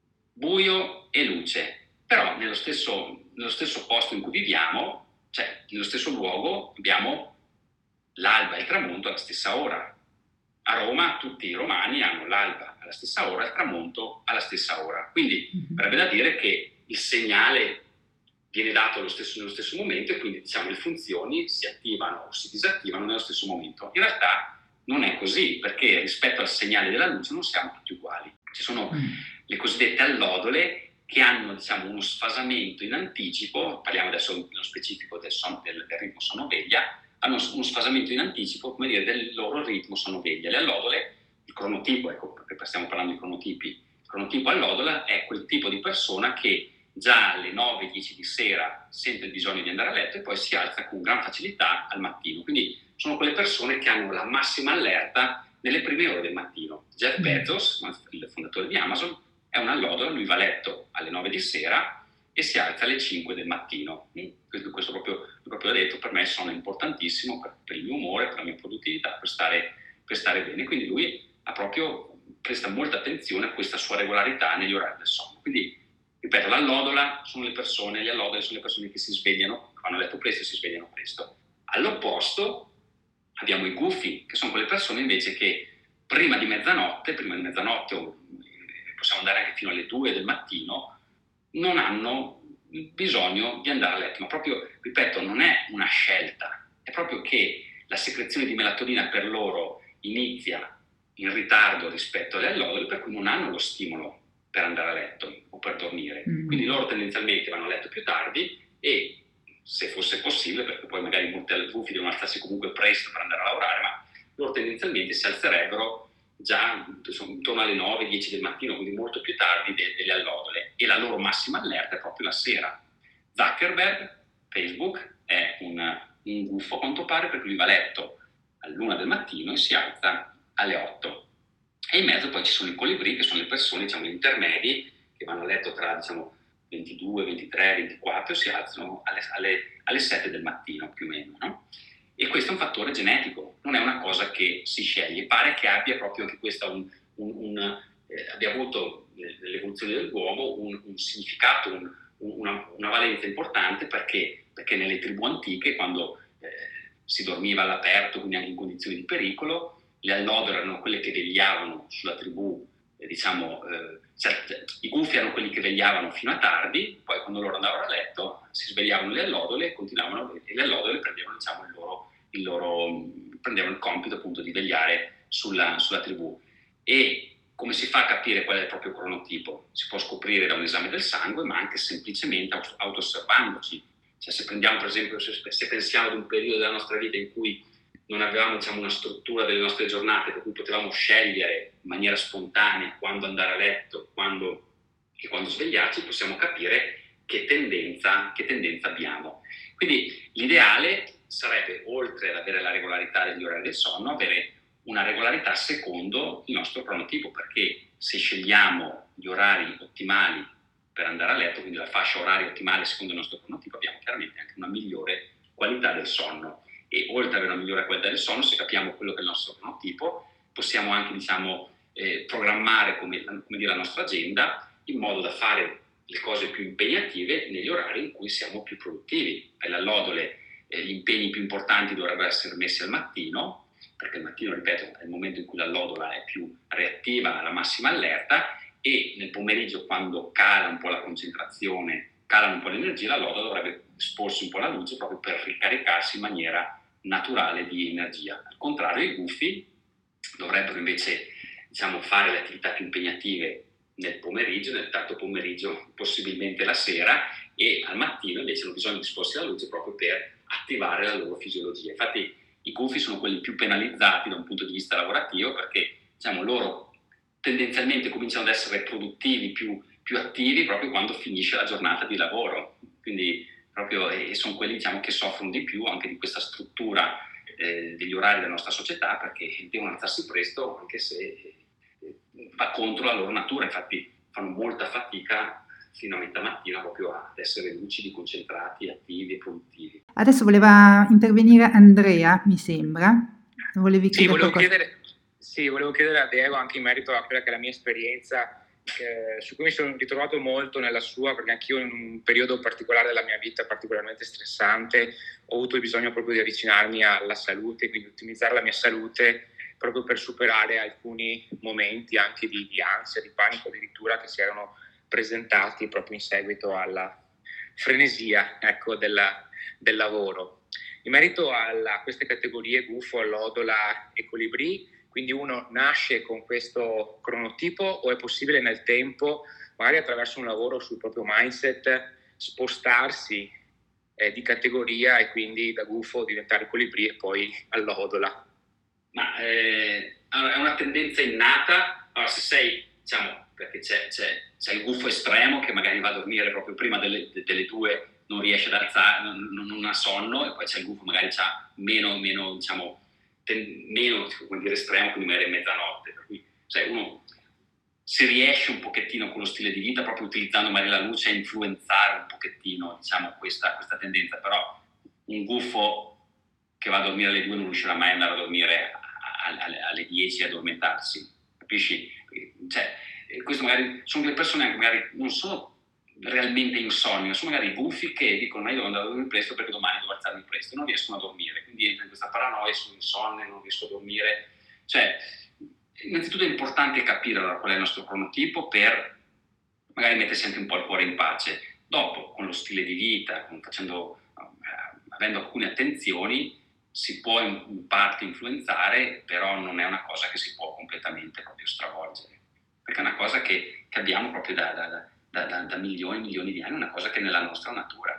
buio e luce. Però nello stesso, nello stesso posto in cui viviamo, cioè nello stesso luogo, abbiamo l'alba e il tramonto alla stessa ora. A Roma tutti i romani hanno l'alba alla stessa ora e il tramonto alla stessa ora. Quindi avrebbe da dire che il segnale viene dato allo stesso, nello stesso momento, e quindi diciamo le funzioni si attivano o si disattivano nello stesso momento. In realtà non è così, perché rispetto al segnale della luce non siamo tutti uguali. Ci sono le cosiddette allodole che hanno diciamo uno sfasamento in anticipo, parliamo adesso nello specifico del, son, del, del ritmo sonno-veglia, hanno uno sfasamento in anticipo, come dire, del loro ritmo sonno-veglia. Le allodole, il cronotipo, ecco perché stiamo parlando di cronotipi, il cronotipo allodola è quel tipo di persona che già alle nove dieci di sera sente il bisogno di andare a letto e poi si alza con gran facilità al mattino. Quindi sono quelle persone che hanno la massima allerta nelle prime ore del mattino. Jeff Bezos, il fondatore di Amazon, è un allodola, lui va a letto alle nove di sera e si alza alle cinque del mattino. Questo, questo proprio, proprio ho detto, per me il sonno è importantissimo per, per il mio umore, per la mia produttività, per stare, per stare bene. Quindi lui ha proprio, presta molta attenzione a questa sua regolarità negli orari del sonno. Quindi, ripeto, l'allodola sono le persone, le allodole sono le persone che si svegliano, vanno a letto presto e si svegliano presto. All'opposto abbiamo i gufi, che sono quelle persone invece che prima di mezzanotte, prima di mezzanotte o possiamo andare anche fino alle due del mattino, non hanno bisogno di andare a letto, ma proprio, ripeto, non è una scelta, è proprio che la secrezione di melatonina per loro inizia in ritardo rispetto alle allodole, per cui non hanno lo stimolo per andare a letto o per dormire. Mm. Quindi loro tendenzialmente vanno a letto più tardi e, se fosse possibile, perché poi magari molti gufi devono alzarsi comunque presto per andare a lavorare, ma loro tendenzialmente si alzerebbero già insomma, intorno alle nove dieci del mattino, quindi molto più tardi de- delle allodole, e la loro massima allerta è proprio la sera. Zuckerberg, Facebook, è un, un gufo a quanto pare, perché lui va a letto all'una del mattino e si alza alle otto. E in mezzo poi ci sono i colibrì, che sono le persone, diciamo, intermedi, che vanno a letto tra, diciamo, ventidue, ventitré, ventiquattro e si alzano alle, alle, alle sette del mattino più o meno, no? E questo è un fattore genetico, non è una cosa che si sceglie. Pare che abbia proprio anche questa un, un, un eh, abbia avuto nell'evoluzione dell'uomo un, un significato, un, una, una valenza importante, perché, perché nelle tribù antiche, quando eh, si dormiva all'aperto, quindi anche in condizioni di pericolo, le allodole erano quelle che vegliavano sulla tribù, eh, diciamo, eh, cioè, i gufi erano quelli che vegliavano fino a tardi, poi quando loro andavano a letto si svegliavano le allodole e continuavano, e le allodole prendevano, diciamo, il loro, il loro prendevano il compito appunto di vegliare sulla, sulla tribù. E come si fa a capire qual è il proprio cronotipo? Si può scoprire da un esame del sangue, ma anche semplicemente auto-osservandoci. Cioè, se prendiamo per esempio, se, se pensiamo ad un periodo della nostra vita in cui non avevamo, diciamo, una struttura delle nostre giornate per cui potevamo scegliere in maniera spontanea quando andare a letto quando, e quando svegliarci, possiamo capire che tendenza, che tendenza abbiamo. Quindi l'ideale sarebbe, oltre ad avere la regolarità degli orari del sonno, avere una regolarità secondo il nostro cronotipo, perché se scegliamo gli orari ottimali per andare a letto, quindi la fascia oraria ottimale secondo il nostro cronotipo, abbiamo chiaramente anche una migliore qualità del sonno. E oltre ad avere una migliore qualità del sonno, se capiamo quello che è il nostro cronotipo, possiamo anche, diciamo, eh, programmare come, come dire, la nostra agenda in modo da fare le cose più impegnative negli orari in cui siamo più produttivi. Per l'allodole eh, gli impegni più importanti dovrebbero essere messi al mattino, perché il mattino, ripeto, è il momento in cui l'allodola è più reattiva, alla massima allerta, e nel pomeriggio, quando cala un po' la concentrazione, cala un po' l'energia, l'allodola dovrebbe esporsi un po' alla luce proprio per ricaricarsi in maniera naturale di energia. Al contrario, i gufi dovrebbero invece, diciamo, fare le attività più impegnative nel pomeriggio, nel tardo pomeriggio, possibilmente la sera, e al mattino invece hanno bisogno di esporsi alla luce proprio per attivare la loro fisiologia. Infatti i gufi sono quelli più penalizzati da un punto di vista lavorativo, perché, diciamo, loro tendenzialmente cominciano ad essere produttivi, più, più attivi proprio quando finisce la giornata di lavoro. Quindi proprio, e sono quelli, diciamo, che soffrono di più anche di questa struttura eh, degli orari della nostra società, perché devono alzarsi presto anche se eh, va contro la loro natura. Infatti fanno molta fatica fino a metà mattina proprio ad essere lucidi, concentrati, attivi e produttivi. Adesso voleva intervenire Andrea, mi sembra. Volevi sì, chiedere volevo qualcosa? chiedere, sì, volevo chiedere a Diego anche in merito a quella che è la mia esperienza, eh, su cui mi sono ritrovato molto nella sua, perché anch'io in un periodo particolare della mia vita, particolarmente stressante, ho avuto bisogno proprio di avvicinarmi alla salute, quindi ottimizzare la mia salute proprio per superare alcuni momenti anche di, di ansia, di panico addirittura, che si erano presentati proprio in seguito alla frenesia, ecco, della, del lavoro. In merito alla, a queste categorie gufo, allodola e colibrì, quindi uno nasce con questo cronotipo o è possibile nel tempo, magari attraverso un lavoro sul proprio mindset, spostarsi eh, di categoria e quindi da gufo diventare colibrì e poi allodola? Ma eh, allora, è una tendenza innata. Allora, se sei, diciamo, perché c'è, c'è, c'è il gufo estremo che magari va a dormire proprio prima delle, delle due, non riesce ad alzare, non, non ha sonno, e poi c'è il gufo magari c'ha meno, meno, diciamo, ten, meno, come dire, estremo, quindi magari è mezzanotte. Per cui, cioè, uno si riesce un pochettino con lo stile di vita, proprio utilizzando magari la luce, a influenzare un pochettino, diciamo, questa, questa tendenza. Però un gufo che va a dormire alle due non riuscirà mai ad andare a dormire alle, alle dieci e addormentarsi, capisci? Cioè, questo magari sono delle persone che magari non sono realmente insonni, ma sono magari buffi che dicono: ma io devo andare a dormire presto perché domani devo alzarmi presto, non riescono a dormire, quindi entra in questa paranoia, sono insonne, non riesco a dormire. Cioè, innanzitutto è importante capire allora qual è il nostro cronotipo per magari mettersi anche un po' il cuore in pace. Dopo, con lo stile di vita, con, facendo, eh, avendo alcune attenzioni, si può in, in parte influenzare, però non è una cosa che si può completamente proprio stravolgere, perché è una cosa che, che abbiamo proprio da, da, da, da, da milioni e milioni di anni, una cosa che è nella nostra natura.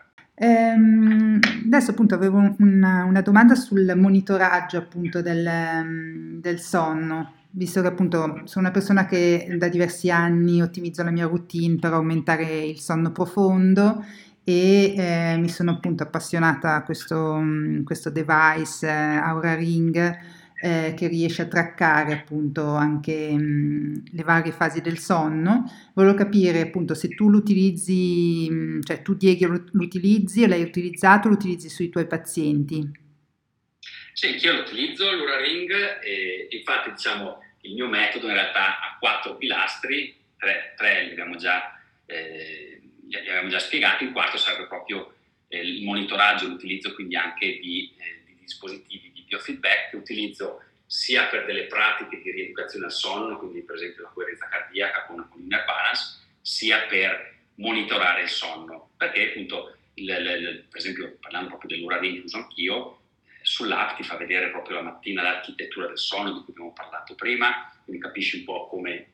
Ehm, adesso appunto avevo una, una domanda sul monitoraggio appunto del, del sonno. visto che appunto sono una persona che da diversi anni ottimizzo la mia routine per aumentare il sonno profondo e eh, mi sono appunto appassionata a questo, mh, questo device eh, Aura Ring eh, che riesce a traccare appunto anche mh, le varie fasi del sonno. Volevo capire appunto se tu l'utilizzi, mh, cioè tu Diego lo- l'utilizzi e l'hai utilizzato, lo utilizzi sui tuoi pazienti. Sì, anch'io lo utilizzo, l'Oura Ring, e infatti diciamo il mio metodo in realtà ha quattro pilastri, tre, tre li abbiamo già, eh, li abbiamo già spiegati, il quarto sarebbe proprio eh, il monitoraggio, l'utilizzo quindi anche di, eh, di dispositivi di biofeedback che utilizzo sia per delle pratiche di rieducazione al sonno, quindi per esempio la coerenza cardiaca con, con Inner Balance, sia per monitorare il sonno, perché appunto, il, il, il, per esempio parlando proprio dell'Oura Ring che uso anch'io, sull'app ti fa vedere proprio la mattina l'architettura del sonno di cui abbiamo parlato prima, quindi capisci un po' come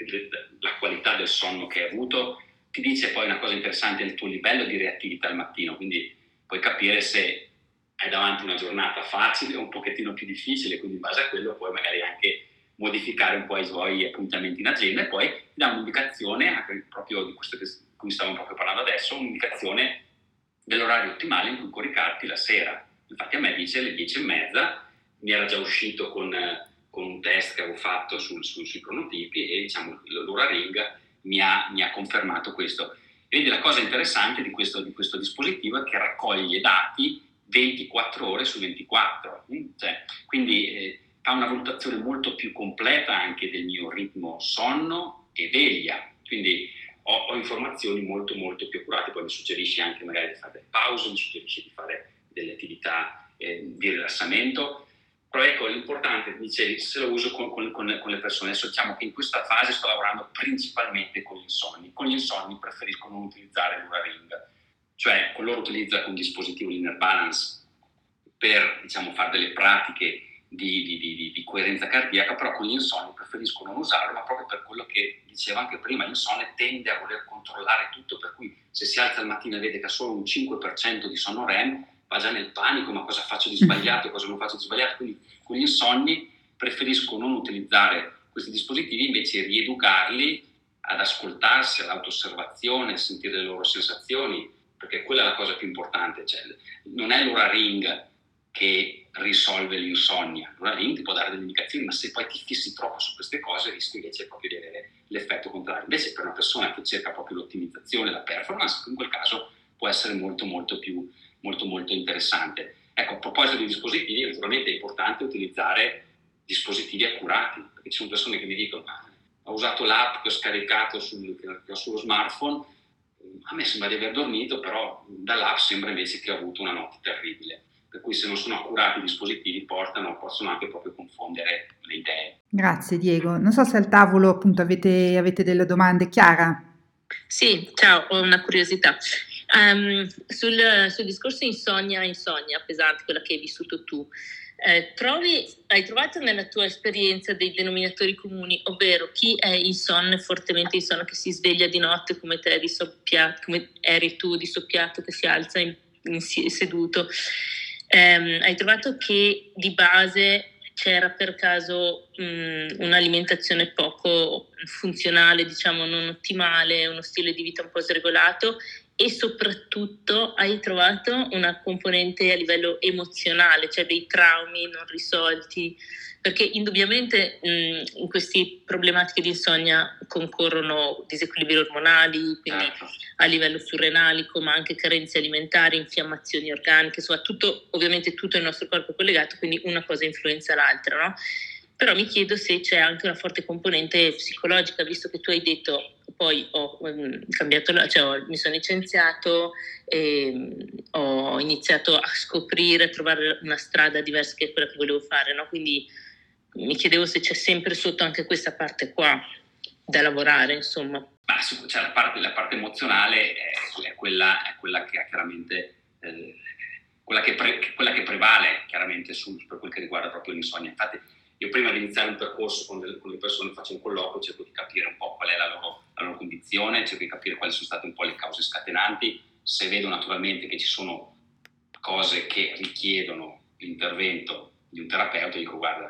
la qualità del sonno che hai avuto, ti dice poi una cosa interessante, il tuo livello di reattività al mattino, quindi puoi capire se hai davanti una giornata facile o un pochettino più difficile, quindi in base a quello puoi magari anche modificare un po' i tuoi appuntamenti in agenda e poi ti dà un'indicazione, anche proprio di questo di cui stavamo proprio parlando adesso, un'indicazione dell'orario ottimale in cui coricarti la sera. Infatti a me dice alle dieci e mezza, mi era già uscito con, con un test che avevo fatto sul, sul, sui cronotipi e diciamo l'Oura Ring mi ha, mi ha confermato questo. E quindi la cosa interessante di questo, di questo dispositivo è che raccoglie dati ventiquattro ore su ventiquattro, cioè, quindi eh, fa una valutazione molto più completa anche del mio ritmo sonno e veglia, quindi ho, ho informazioni molto molto più accurate, poi mi suggerisce anche magari di fare delle pause, mi suggerisce di fare delle attività eh, di rilassamento, però ecco l'importante, dicevi, se lo uso con, con, con, con le persone, adesso diciamo che in questa fase sto lavorando principalmente con gli insonni, con gli insonni preferisco non utilizzare l'Oura Ring, cioè con loro utilizzo un dispositivo di Inner Balance per diciamo fare delle pratiche di, di, di, di coerenza cardiaca, però con gli insonni preferisco non usarlo, ma proprio per quello che dicevo anche prima, l'insonne tende a voler controllare tutto, per cui se si alza al mattino e vede che ha solo un cinque per cento di sonno R E M, va già nel panico, ma cosa faccio di sbagliato, cosa non faccio di sbagliato, quindi con gli insonni preferisco non utilizzare questi dispositivi, invece rieducarli ad ascoltarsi, all'auto-osservazione, a sentire le loro sensazioni, perché quella è la cosa più importante, cioè, non è l'Oura Ring che risolve l'insonnia, l'Oura Ring ti può dare delle indicazioni, ma se poi ti fissi troppo su queste cose rischi invece proprio di avere l'effetto contrario. Invece per una persona che cerca proprio l'ottimizzazione, la performance, in quel caso può essere molto molto più molto molto interessante. Ecco, a proposito di dispositivi, naturalmente è importante utilizzare dispositivi accurati, perché ci sono persone che mi dicono ah, ho usato l'app che ho scaricato sul, che ho sullo smartphone, a me sembra di aver dormito, però dall'app sembra invece che ho avuto una notte terribile, per cui se non sono accurati i dispositivi portano, possono anche proprio confondere le idee. Grazie Diego, non so se al tavolo appunto avete, avete delle domande. Chiara? Sì, ciao, ho una curiosità. Um, sul, sul discorso insonnia, insonnia pesante, quella che hai vissuto tu, eh, trovi, hai trovato nella tua esperienza dei denominatori comuni, ovvero chi è insonne, fortemente insonne, che si sveglia di notte come te, di soppiato, come eri tu, di soppiato, che si alza in, in, seduto, um, hai trovato che di base c'era per caso mh, un'alimentazione poco funzionale, diciamo non ottimale, uno stile di vita un po' sregolato, e soprattutto hai trovato una componente a livello emozionale, cioè dei traumi non risolti, perché indubbiamente mh, in queste problematiche di insonnia concorrono disequilibri ormonali, quindi a livello surrenalico, ma anche carenze alimentari, infiammazioni organiche, insomma tutto, ovviamente tutto il nostro corpo è collegato, quindi una cosa influenza l'altra, no? Però mi chiedo se c'è anche una forte componente psicologica, visto che tu hai detto poi ho um, cambiato, cioè ho, mi sono licenziato e um, ho iniziato a scoprire, a trovare una strada diversa che quella che volevo fare, no? Quindi mi chiedevo se c'è sempre sotto anche questa parte qua da lavorare, insomma. Ma cioè, la, parte, la parte emozionale è, è, quella, è quella che ha chiaramente eh, quella, che pre, quella che prevale chiaramente su, per quel che riguarda proprio l'insonnia. Infatti io prima di iniziare un percorso con, delle, con le persone faccio un colloquio, cerco di capire un po' qual è la loro, la loro condizione, cerco di capire quali sono state un po' le cause scatenanti. Se vedo naturalmente che ci sono cose che richiedono l'intervento di un terapeuta, dico guarda,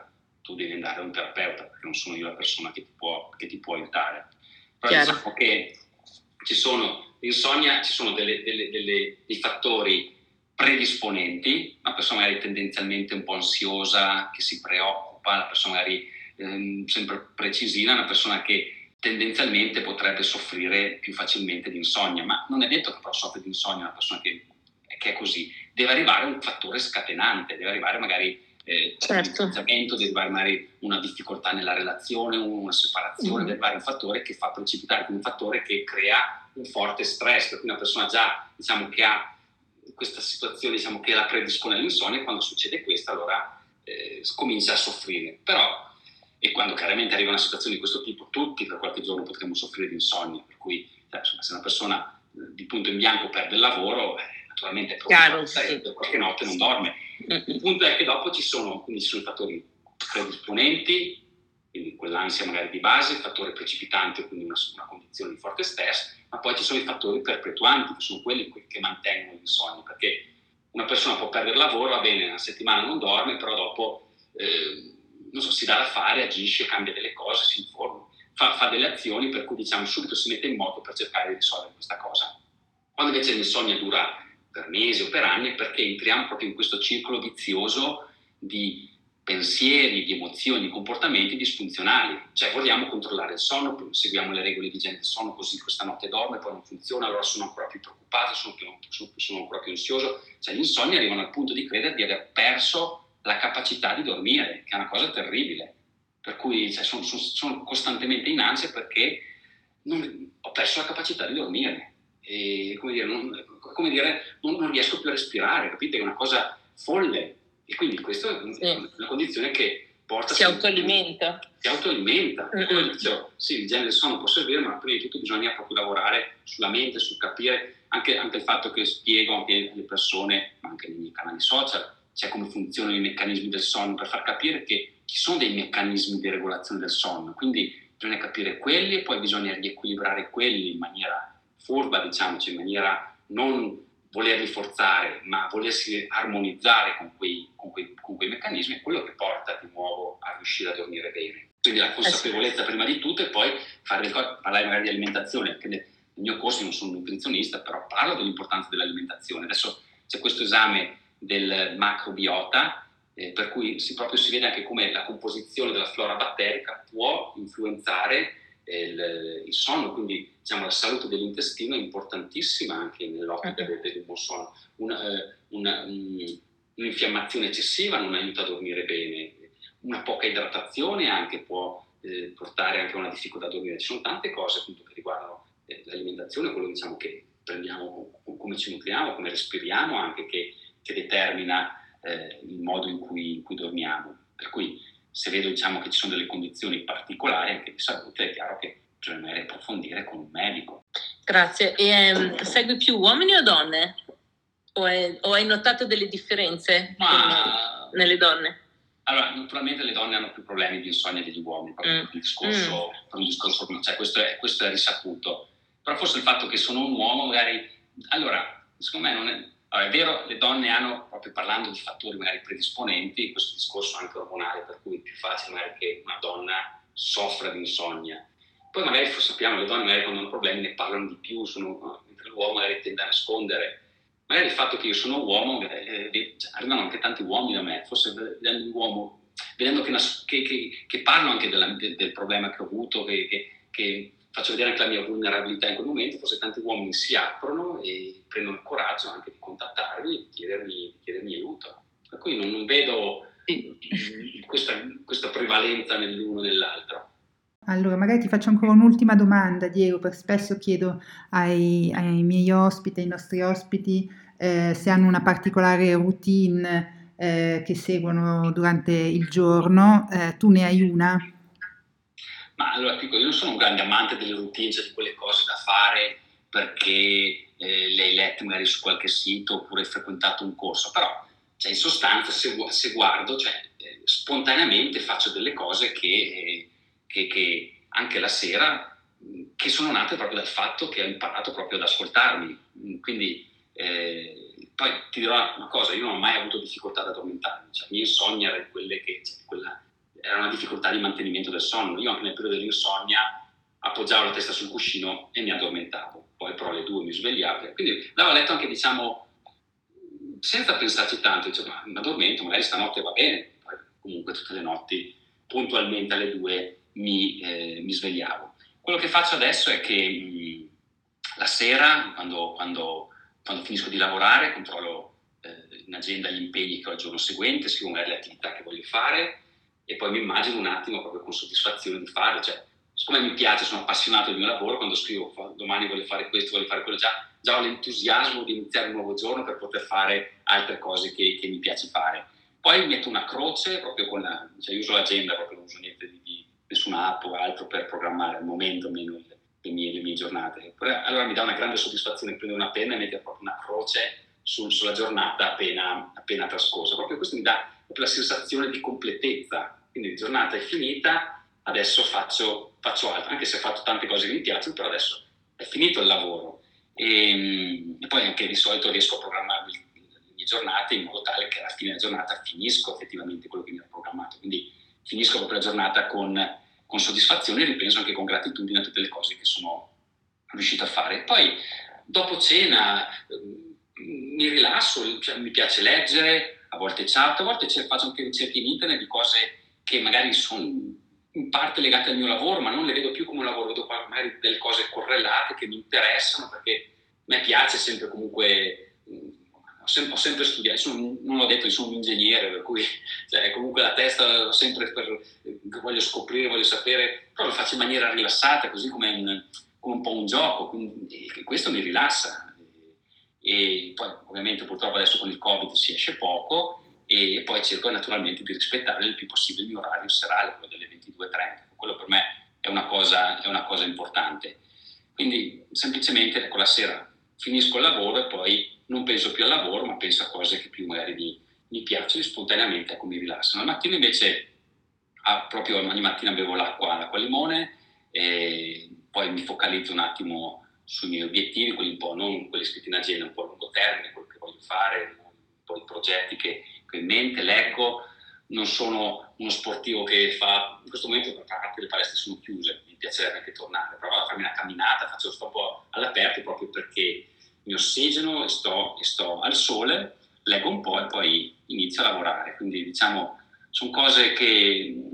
tu devi andare da un terapeuta, perché non sono io la persona che ti può, che ti può aiutare. Però Chiaro. Diciamo che ci sono, l'insonnia, ci sono delle, delle, delle, dei fattori predisponenti, una persona magari tendenzialmente un po' ansiosa, che si preoccupa, una persona magari ehm, sempre precisina, una persona che tendenzialmente potrebbe soffrire più facilmente di insonnia, ma non è detto che però soffre di insonnia una persona che, che è così. Deve arrivare un fattore scatenante, deve arrivare magari eh, certo. un distanziamento, deve arrivare magari una difficoltà nella relazione, una separazione, mm. deve arrivare un fattore che fa precipitare, un fattore che crea un forte stress, per cui una persona già diciamo che ha questa situazione, diciamo che la predispone all'insonnia, e quando succede questo allora eh, comincia a soffrire. Però e quando chiaramente arriva una situazione di questo tipo, tutti per qualche giorno potremo soffrire di insonnia, per cui cioè, se una persona eh, di punto in bianco perde il lavoro, eh, naturalmente è Chiaro, sì. per qualche notte non dorme. Mm-hmm. Il punto è che dopo ci sono, quindi ci sono i fattori predisponenti, quindi quell'ansia magari di base, il fattore precipitante, quindi una, una condizione di forte stress, ma poi ci sono i fattori perpetuanti, che sono quelli che mantengono l'insonnia, perché una persona può perdere il lavoro, va bene, una settimana non dorme, però dopo eh, non so, si dà da fare, agisce, cambia delle cose, si informa, fa, fa delle azioni per cui diciamo subito si mette in moto per cercare di risolvere questa cosa. Quando invece l'insonnia dura per mesi o per anni è perché entriamo proprio in questo circolo vizioso di pensieri, di emozioni, di comportamenti disfunzionali, cioè vogliamo controllare il sonno, seguiamo le regole di igiene del sonno, così questa notte dorme, poi non funziona, allora sono ancora più preoccupato, sono, più, sono, sono ancora più ansioso, cioè gli insonni arrivano al punto di credere di aver perso la capacità di dormire, che è una cosa terribile, per cui cioè, sono, sono, sono costantemente in ansia perché non, ho perso la capacità di dormire e come dire, non, come dire non, non riesco più a respirare, capite? È una cosa folle e quindi questa è sì. una condizione che porta si autoalimenta si autoalimenta mm-hmm. come dicevo, sì, il genere del sonno può servire, ma prima di tutto bisogna proprio lavorare sulla mente, sul capire anche, anche il fatto che spiego anche alle persone, ma anche nei miei canali social, cioè come funzionano i meccanismi del sonno, per far capire che ci sono dei meccanismi di regolazione del sonno, quindi bisogna capire quelli e poi bisogna riequilibrare quelli in maniera furba, diciamo, cioè in maniera non volerli forzare, ma volersi armonizzare con quei, con quei, con quei meccanismi, è quello che porta di nuovo a riuscire a dormire bene. Quindi la consapevolezza prima di tutto e poi fare le cose, parlare magari di alimentazione, perché nel mio corso non sono un nutrizionista, però parlo dell'importanza dell'alimentazione. Adesso c'è questo esame del macrobiota, eh, per cui si, proprio si vede anche come la composizione della flora batterica può influenzare eh, il, il sonno, quindi diciamo la salute dell'intestino è importantissima anche nell'ottica del, del buon sonno. Una, eh, una, um, un'infiammazione eccessiva non aiuta a dormire bene, una poca idratazione anche può eh, portare anche a una difficoltà a dormire. Ci sono tante cose appunto che riguardano eh, l'alimentazione, quello diciamo che prendiamo, come ci nutriamo, come respiriamo, anche che che determina eh, il modo in cui, in cui dormiamo. Per cui se vedo diciamo, che ci sono delle condizioni particolari anche di salute, è chiaro che bisogna magari approfondire con un medico. Grazie. E, um, segui più uomini o donne? O, è, o hai notato delle differenze Ma, con, nelle donne? Allora, naturalmente le donne hanno più problemi di insonnia degli uomini, proprio mm. per un discorso, mm. per un discorso cioè questo è, questo è risaputo. Però forse il fatto che sono un uomo magari... Allora, secondo me non è... Allora, è vero, le donne hanno, proprio parlando di fattori magari predisponenti, questo discorso anche ormonale, per cui è più facile magari che una donna soffra di insonnia. Poi magari sappiamo le donne magari quando hanno problemi ne parlano di più, sono, mentre l'uomo magari tende a nascondere. Magari il fatto che io sono uomo, eh, cioè, arrivano anche tanti uomini da me, forse vedendo un uomo, vedendo che, che, che, che parlo anche della, del, del problema che ho avuto, che, che, che faccio vedere anche la mia vulnerabilità in quel momento, forse tanti uomini si aprono e prendono il coraggio anche di contattarmi e di chiedermi, di chiedermi aiuto. Per cui non, non vedo questa, questa prevalenza nell'uno o nell'altro. Allora, magari ti faccio ancora un'ultima domanda, Diego, perché spesso chiedo ai, ai miei ospiti, ai nostri ospiti, eh, se hanno una particolare routine eh, che seguono durante il giorno. Eh, tu ne hai una? Ma allora, dico, io non sono un grande amante delle routine, cioè di quelle cose da fare perché eh, le hai lette magari su qualche sito oppure hai frequentato un corso, però cioè, in sostanza se, se guardo, cioè, eh, spontaneamente faccio delle cose che, eh, che, che anche la sera, che sono nate proprio dal fatto che ho imparato proprio ad ascoltarmi. Quindi eh, poi ti dirò una cosa, io non ho mai avuto difficoltà ad addormentarmi, cioè, la mia insonnia era quelle che, cioè, quella era una difficoltà di mantenimento del sonno. Io anche nel periodo dell'insonnia appoggiavo la testa sul cuscino e mi addormentavo, poi però alle due mi svegliavo, quindi andavo a letto anche, diciamo, senza pensarci tanto, dicevo, ma mi addormento, magari stanotte va bene, poi comunque tutte le notti puntualmente alle due mi, eh, mi svegliavo. Quello che faccio adesso è che mh, la sera, quando, quando, quando finisco di lavorare, controllo eh, in agenda gli impegni che ho il giorno seguente, scrivo magari le attività che voglio fare e poi mi immagino un attimo proprio con soddisfazione di farle, cioè siccome mi piace, sono appassionato del mio lavoro, quando scrivo domani voglio fare questo, voglio fare quello, già, già ho l'entusiasmo di iniziare un nuovo giorno per poter fare altre cose che, che mi piace fare. Poi metto una croce proprio con la, cioè io uso l'agenda, proprio non uso niente di, di nessuna app o altro per programmare al momento meno le, le, mie, le mie giornate. Allora mi dà una grande soddisfazione prendere una penna e mettere proprio una croce sul, sulla giornata appena, appena trascorsa. Proprio questo mi dà proprio la sensazione di completezza. Quindi la giornata è finita, adesso faccio, faccio altro, anche se ho fatto tante cose che mi piacciono, però adesso è finito il lavoro. E, e poi anche di solito riesco a programmare le mie giornate in modo tale che alla fine della giornata finisco effettivamente quello che mi ero programmato. Quindi finisco proprio la giornata con, con soddisfazione e ripenso anche con gratitudine a tutte le cose che sono riuscito a fare. Poi dopo cena mi rilasso, cioè, mi piace leggere, a volte chat, a volte faccio anche ricerche in internet di cose che magari sono in parte legate al mio lavoro, ma non le vedo più come un lavoro, vedo magari delle cose correlate che mi interessano, perché a me piace sempre comunque, ho sempre, ho sempre studiato, sono, non l'ho detto, io sono un ingegnere, per cui cioè, comunque la testa sempre per, voglio scoprire, voglio sapere, però lo faccio in maniera rilassata, così come un, come un po' un gioco, quindi questo mi rilassa. E poi ovviamente purtroppo adesso con il Covid si esce poco, e poi cerco naturalmente di rispettare il più possibile il mio orario serale, quello delle ventidue e trenta. Quello per me è una cosa, è una cosa importante. Quindi semplicemente ecco, la sera finisco il lavoro e poi non penso più al lavoro, ma penso a cose che più magari mi, mi piacciono e spontaneamente ecco, mi rilassano. Al mattino invece ah, proprio ogni mattina bevo l'acqua, l'acqua al limone e poi mi focalizzo un attimo sui miei obiettivi, quelli un po' non quelli scritti in agenda, un po' a lungo termine, quello che voglio fare, un po' i progetti che in mente, leggo, non sono uno sportivo che fa, in questo momento per parte le palestre sono chiuse, mi piacerebbe anche tornare, però vado a farmi una camminata, faccio sto un po' all'aperto proprio perché mi ossigeno e sto, e sto al sole, leggo un po' e poi inizio a lavorare, quindi diciamo sono cose che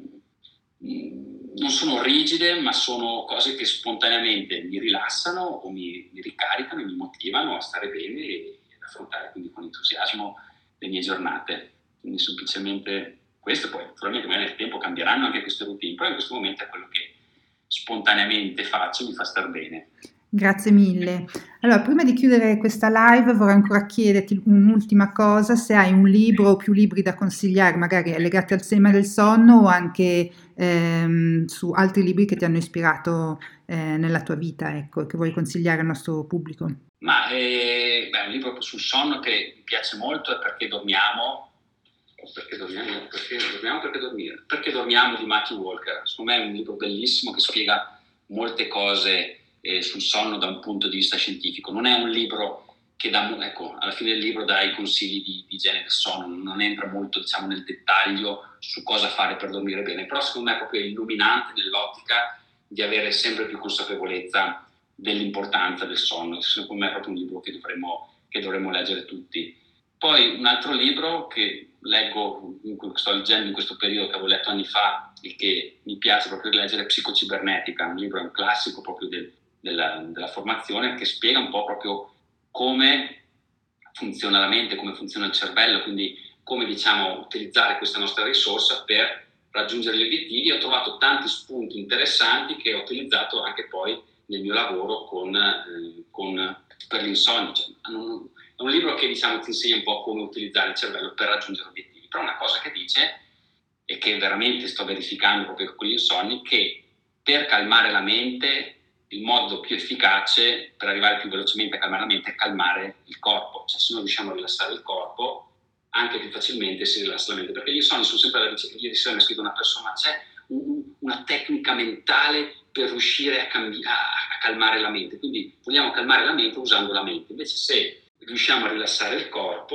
mh, non sono rigide, ma sono cose che spontaneamente mi rilassano o mi, mi ricaricano e mi motivano a stare bene e ad affrontare quindi con entusiasmo le mie giornate. Quindi semplicemente questo, poi naturalmente nel tempo cambieranno anche queste routine, però in questo momento è quello che spontaneamente faccio, mi fa star bene. Grazie mille. Allora, prima di chiudere questa live vorrei ancora chiederti un'ultima cosa, se hai un libro o più libri da consigliare, magari legati al tema del sonno o anche ehm, su altri libri che ti hanno ispirato eh, nella tua vita, ecco, che vuoi consigliare al nostro pubblico. Ma eh, beh, un libro sul sonno che mi piace molto è Perché dormiamo, perché dormiamo, perché dormiamo, perché dormire, perché dormiamo di Matthew Walker. Secondo me è un libro bellissimo che spiega molte cose eh, sul sonno da un punto di vista scientifico. Non è un libro che dà, ecco, alla fine del libro dà i consigli di, di igiene del sonno, non entra molto diciamo nel dettaglio su cosa fare per dormire bene, però secondo me è proprio illuminante nell'ottica di avere sempre più consapevolezza dell'importanza del sonno. Secondo me è proprio un libro che dovremmo, che dovremmo leggere tutti. Poi un altro libro che leggo, sto leggendo in questo periodo, che avevo letto anni fa e che mi piace proprio leggere, è Psicocibernetica, un libro, è un classico proprio del, della, della formazione, che spiega un po' proprio come funziona la mente, come funziona il cervello, quindi come diciamo utilizzare questa nostra risorsa per raggiungere gli obiettivi. Ho trovato tanti spunti interessanti che ho utilizzato anche poi nel mio lavoro con, eh, con, per l'insonnia. Cioè, non, è un libro che diciamo ti insegna un po' come utilizzare il cervello per raggiungere obiettivi, però una cosa che dice, e che veramente sto verificando proprio con gli insonni, che per calmare la mente il modo più efficace per arrivare più velocemente a calmare la mente è calmare il corpo. Cioè se noi riusciamo a rilassare il corpo, anche più facilmente si rilassa la mente, perché gli insonni sono sempre alla ricerca. Ieri sera mi ha scritto una persona, c'è un, una tecnica mentale per riuscire a, cambi- a, a calmare la mente, quindi vogliamo calmare la mente usando la mente, invece se riusciamo a rilassare il corpo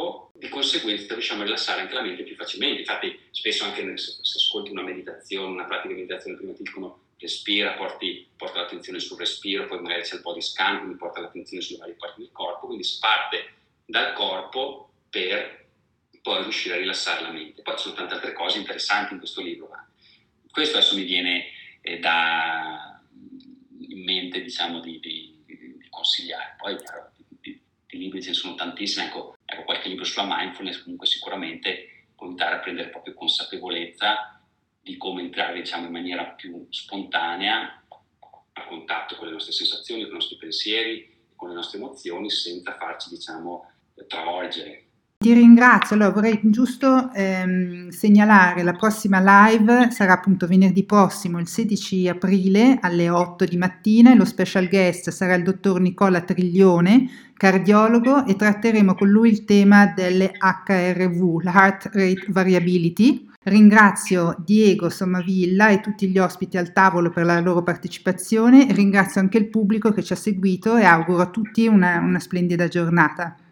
di conseguenza riusciamo a rilassare anche la mente più facilmente. Infatti spesso anche nel, se, se ascolti una meditazione, una pratica di meditazione, prima ti dicono respira, porti, porta l'attenzione sul respiro, poi magari c'è il body scan, quindi porta l'attenzione sulle varie parti del corpo, quindi si parte dal corpo per poi riuscire a rilassare la mente. Poi ci sono tante altre cose interessanti in questo libro, ma questo adesso mi viene eh, da, in mente, diciamo, di, di, di, di consigliare. Poi chiaro, di, di libri ce ne sono tantissimi, ecco, ecco qualche libro sulla mindfulness comunque sicuramente può aiutare a prendere proprio consapevolezza di come entrare, diciamo, in maniera più spontanea a contatto con le nostre sensazioni, con i nostri pensieri, con le nostre emozioni, senza farci, diciamo, travolgere. Ti ringrazio. Allora vorrei giusto ehm, segnalare la prossima live sarà appunto venerdì prossimo, il sedici aprile alle otto di mattina, e lo special guest sarà il dottor Nicola Triglione, cardiologo, e tratteremo con lui il tema delle H R V, la Heart Rate Variability. Ringrazio Diego Sommavilla e tutti gli ospiti al tavolo per la loro partecipazione, e ringrazio anche il pubblico che ci ha seguito e auguro a tutti una, una splendida giornata.